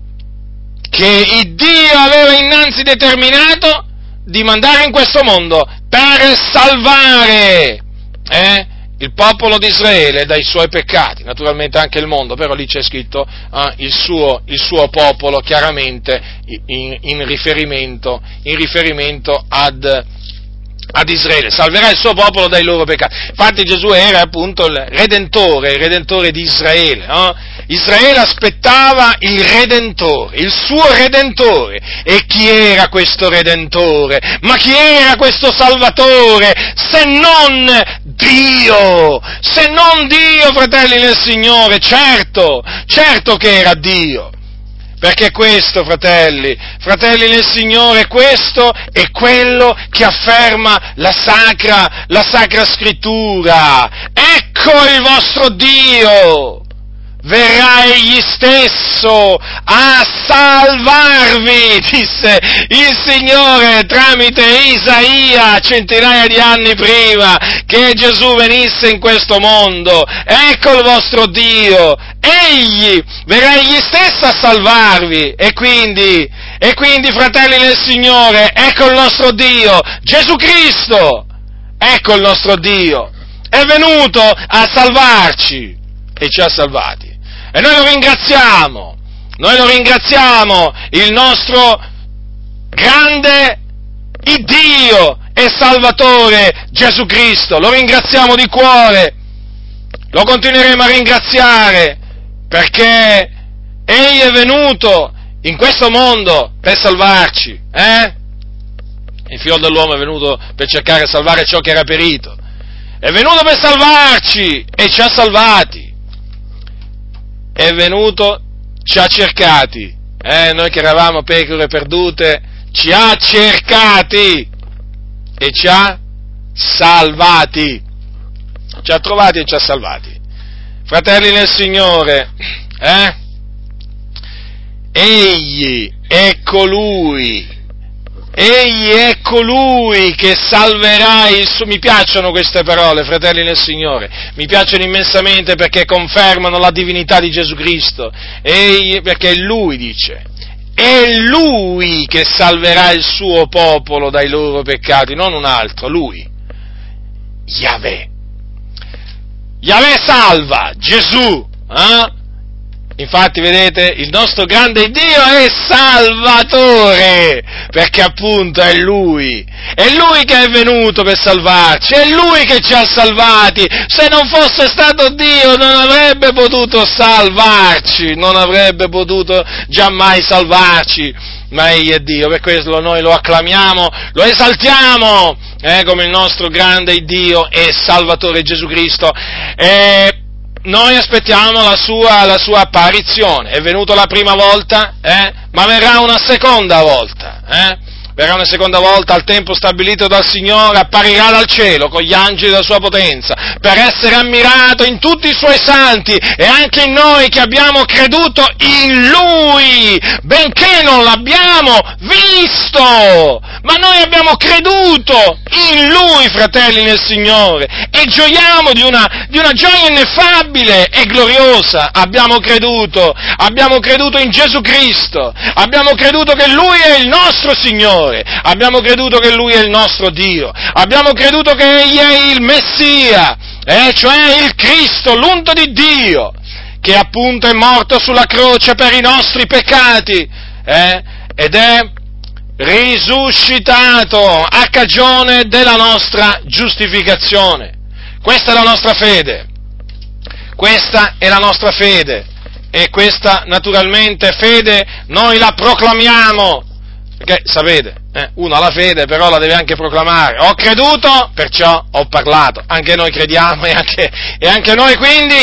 che il Dio aveva innanzi determinato di mandare in questo mondo per salvare eh, il popolo di Israele dai suoi peccati, naturalmente anche il mondo, però lì c'è scritto eh, il, suo, il suo popolo chiaramente in, in, riferimento, in riferimento ad, ad Israele, salverà il suo popolo dai loro peccati. Infatti Gesù era appunto il Redentore, il Redentore di Israele, no? Israele aspettava il Redentore, il suo Redentore. E chi era questo Redentore? Ma chi era questo Salvatore? Se non Dio! Se non Dio, fratelli nel Signore, certo, certo che era Dio. Perché questo, fratelli, fratelli nel Signore, questo è quello che afferma la Sacra, la Sacra Scrittura. Ecco il vostro Dio! Verrà egli stesso a salvarvi, disse il Signore tramite Isaia centinaia di anni prima che Gesù venisse in questo mondo. Ecco il vostro Dio, egli verrà egli stesso a salvarvi. E quindi, e quindi, fratelli nel Signore, ecco il nostro Dio, Gesù Cristo, ecco il nostro Dio, è venuto a salvarci e ci ha salvati. E noi lo ringraziamo, noi lo ringraziamo, il nostro grande Iddio e Salvatore Gesù Cristo. Lo ringraziamo di cuore, lo continueremo a ringraziare, perché Egli è venuto in questo mondo per salvarci, eh? Il Figlio dell'uomo è venuto per cercare di salvare ciò che era perito, è venuto per salvarci e ci ha salvati, è venuto, ci ha cercati, eh? Noi che eravamo pecore perdute, ci ha cercati e ci ha salvati, ci ha trovati e ci ha salvati. Fratelli nel Signore, eh? Egli è colui, egli è colui che salverà il suo, mi piacciono queste parole, fratelli nel Signore, mi piacciono immensamente perché confermano la divinità di Gesù Cristo, egli, perché Lui dice, è Lui che salverà il suo popolo dai loro peccati, non un altro, Lui, Yahweh, Yahweh salva, Gesù, eh? Infatti, vedete, il nostro grande Dio è Salvatore, perché appunto è Lui, è Lui che è venuto per salvarci, è Lui che ci ha salvati. Se non fosse stato Dio non avrebbe potuto salvarci, non avrebbe potuto giammai salvarci, ma Egli è Dio, per questo noi lo acclamiamo, lo esaltiamo, eh, come il nostro grande Dio e Salvatore Gesù Cristo. E noi aspettiamo la sua, la sua apparizione. È venuto la prima volta, eh? Ma verrà una seconda volta, eh? Verrà una seconda volta al tempo stabilito dal Signore, apparirà dal cielo con gli angeli della sua potenza, per essere ammirato in tutti i suoi santi e anche in noi che abbiamo creduto in Lui, benché non l'abbiamo visto, ma noi abbiamo creduto in Lui, fratelli nel Signore, e gioiamo di una, di una gioia ineffabile e gloriosa. Abbiamo creduto, abbiamo creduto in Gesù Cristo, abbiamo creduto che Lui è il nostro Signore, abbiamo creduto che Lui è il nostro Dio, abbiamo creduto che Egli è il Messia, eh, cioè il Cristo, l'unto di Dio, che appunto è morto sulla croce per i nostri peccati, eh, ed è risuscitato a cagione della nostra giustificazione. Questa è la nostra fede, questa è la nostra fede, e questa naturalmente fede noi la proclamiamo, perché sapete, eh, uno ha la fede, però la deve anche proclamare. Ho creduto, perciò ho parlato. Anche noi crediamo e anche, e anche noi quindi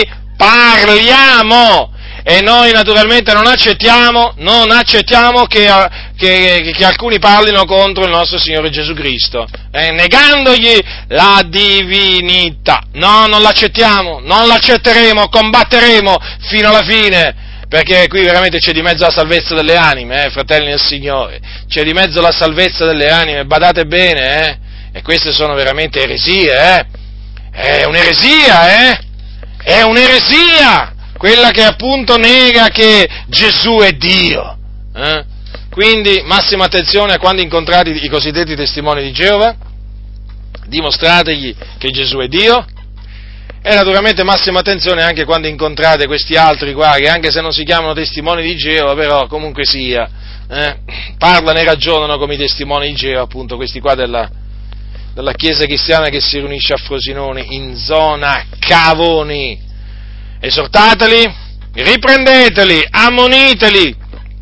parliamo. E noi naturalmente non accettiamo, non accettiamo che, che, che alcuni parlino contro il nostro Signore Gesù Cristo, eh, negandogli la divinità. No, non l'accettiamo, non l'accetteremo, combatteremo fino alla fine. Perché qui veramente c'è di mezzo la salvezza delle anime, eh, fratelli del Signore, c'è di mezzo la salvezza delle anime, badate bene, eh, e queste sono veramente eresie, eh, è un'eresia, eh, è un'eresia, quella che appunto nega che Gesù è Dio, eh, quindi massima attenzione a quando incontrate i cosiddetti testimoni di Geova, dimostrategli che Gesù è Dio. E naturalmente massima attenzione anche quando incontrate questi altri qua, che anche se non si chiamano testimoni di Geova, però comunque sia, eh, parlano e ragionano come i testimoni di Geova, appunto questi qua della, della Chiesa cristiana che si riunisce a Frosinone, in zona Cavoni. Esortateli, riprendeteli, ammoniteli,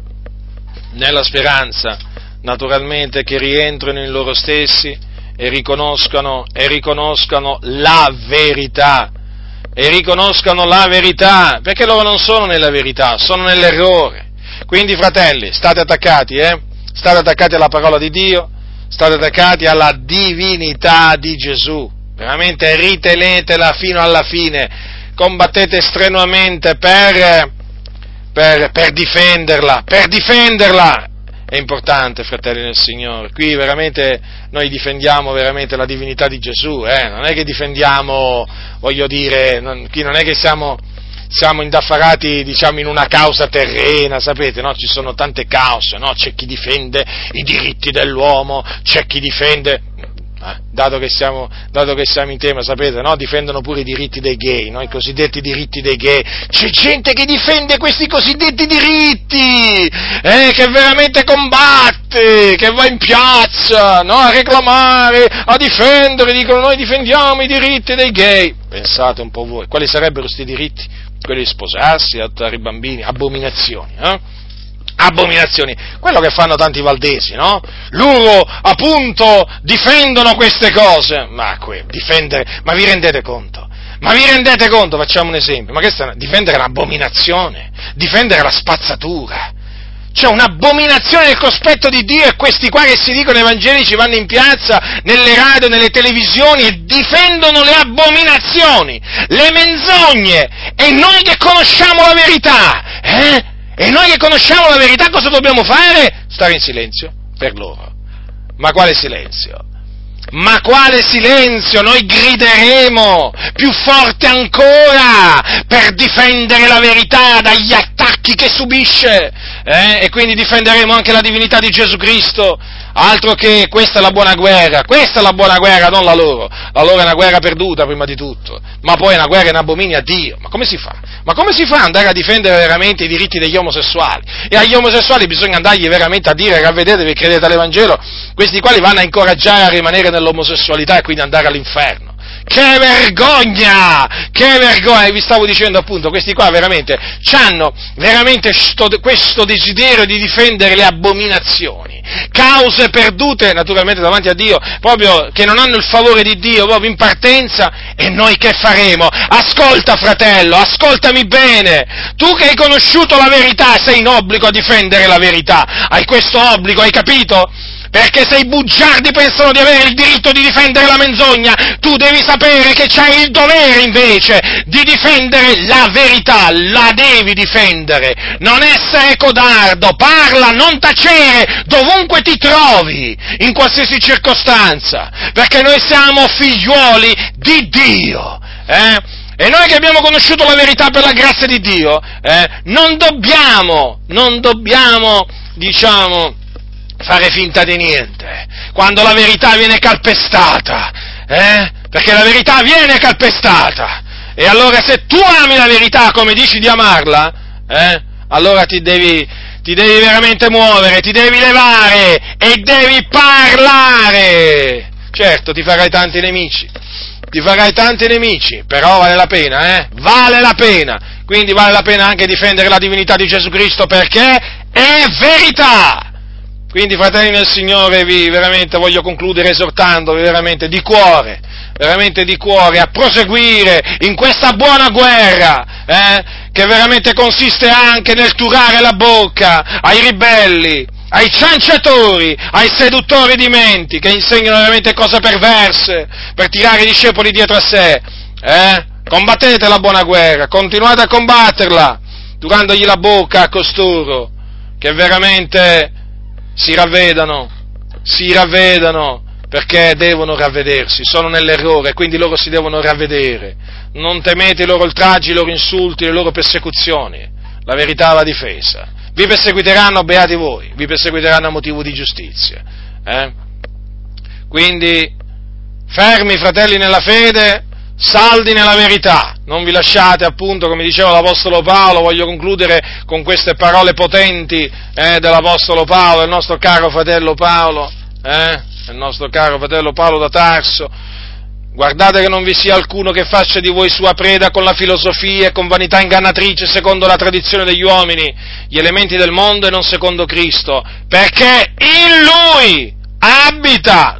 nella speranza, naturalmente, che rientrino in loro stessi, e riconoscano, e riconoscano la verità, e riconoscano la verità, perché loro non sono nella verità, sono nell'errore. Quindi, fratelli, state attaccati, eh? State attaccati alla parola di Dio, state attaccati alla divinità di Gesù, veramente ritenetela fino alla fine, combattete strenuamente per, per, per difenderla, per difenderla. È importante, fratelli del Signore, qui veramente noi difendiamo veramente la divinità di Gesù, eh? Non è che difendiamo, voglio dire, non, qui non è che siamo, siamo indaffarati, diciamo, in una causa terrena, sapete, no? Ci sono tante cause, no? C'è chi difende i diritti dell'uomo, c'è chi difende, Eh, dato, che siamo, dato che siamo in tema, sapete, no? Difendono pure i diritti dei gay, no? I cosiddetti diritti dei gay. C'è gente che difende questi cosiddetti diritti, eh, che veramente combatte, che va in piazza, no? A reclamare, a difendere, dicono noi difendiamo i diritti dei gay. Pensate un po' voi, quali sarebbero questi diritti? Quelli di sposarsi, adottare i bambini, abominazioni, eh? Abominazioni, quello che fanno tanti valdesi, no? Loro appunto difendono queste cose, ma que, difendere, ma vi rendete conto? Ma vi rendete conto? Facciamo un esempio, ma che sta, difendere un'abominazione, difendere la spazzatura, cioè un'abominazione nel cospetto di Dio, e questi qua che si dicono evangelici vanno in piazza, nelle radio, nelle televisioni e difendono le abominazioni, le menzogne, e noi che conosciamo la verità, eh? E noi che conosciamo la verità cosa dobbiamo fare? Stare in silenzio per loro. Ma quale silenzio? Ma quale silenzio? Noi grideremo più forte ancora per difendere la verità dagli attacchi che subisce, eh? E quindi difenderemo anche la divinità di Gesù Cristo. Altro che questa è la buona guerra, questa è la buona guerra, non la loro. La loro è una guerra perduta prima di tutto, ma poi è una guerra in abominio a Dio. Ma come si fa? Ma come si fa ad andare a difendere veramente i diritti degli omosessuali? E agli omosessuali bisogna andargli veramente a dire: ravvedetevi, credete all'Evangelo, questi quali vanno a incoraggiare a rimanere nell'omosessualità e quindi andare all'inferno. Che vergogna! Che vergogna! Vi stavo dicendo appunto, questi qua veramente hanno veramente sto, questo desiderio di difendere le abominazioni, cause perdute naturalmente davanti a Dio, proprio che non hanno il favore di Dio proprio in partenza. E noi che faremo? Ascolta, fratello, ascoltami bene, tu che hai conosciuto la verità sei in obbligo a difendere la verità, hai questo obbligo, hai capito? Perché se i bugiardi pensano di avere il diritto di difendere la menzogna, tu devi sapere che c'hai il dovere invece di difendere la verità, la devi difendere, non essere codardo, parla, non tacere, dovunque ti trovi, in qualsiasi circostanza, perché noi siamo figliuoli di Dio, eh? E noi che abbiamo conosciuto la verità per la grazia di Dio, eh, non dobbiamo, non dobbiamo, diciamo, fare finta di niente, quando la verità viene calpestata, eh? Perché la verità viene calpestata, e allora se tu ami la verità come dici di amarla, eh? Allora ti devi, ti devi veramente muovere, ti devi levare e devi parlare. Certo, ti farai tanti nemici, ti farai tanti nemici, però vale la pena, eh? Vale la pena, quindi vale la pena anche difendere la divinità di Gesù Cristo, perché è verità. Quindi, fratelli del Signore, vi veramente voglio concludere esortandovi veramente di cuore, veramente di cuore, a proseguire in questa buona guerra, eh, che veramente consiste anche nel turare la bocca ai ribelli, ai cianciatori, ai seduttori di menti, che insegnano veramente cose perverse, per tirare i discepoli dietro a sé, eh? Combattete la buona guerra, continuate a combatterla, turandogli la bocca a costoro, che veramente si ravvedano, si ravvedano, perché devono ravvedersi, sono nell'errore, quindi loro si devono ravvedere. Non temete i loro oltraggi, i loro insulti, le loro persecuzioni, la verità va difesa. Vi perseguiteranno, beati voi, vi perseguiteranno a motivo di giustizia. Eh? Quindi, fermi, fratelli nella fede, saldi nella verità, non vi lasciate, appunto, come diceva l'Apostolo Paolo. Voglio concludere con queste parole potenti eh, dell'Apostolo Paolo, del nostro caro fratello Paolo, eh, il nostro caro fratello Paolo da Tarso. Guardate che non vi sia alcuno che faccia di voi sua preda con la filosofia e con vanità ingannatrice secondo la tradizione degli uomini, gli elementi del mondo e non secondo Cristo, perché in Lui abita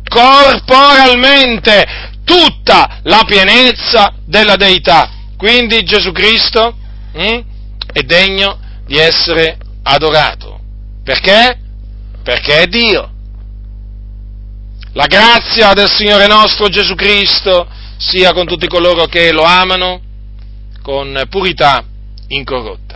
corporalmente tutta la pienezza della Deità. Quindi Gesù Cristo hm, è degno di essere adorato. Perché? Perché è Dio. La grazia del Signore nostro Gesù Cristo sia con tutti coloro che lo amano con purità incorrotta.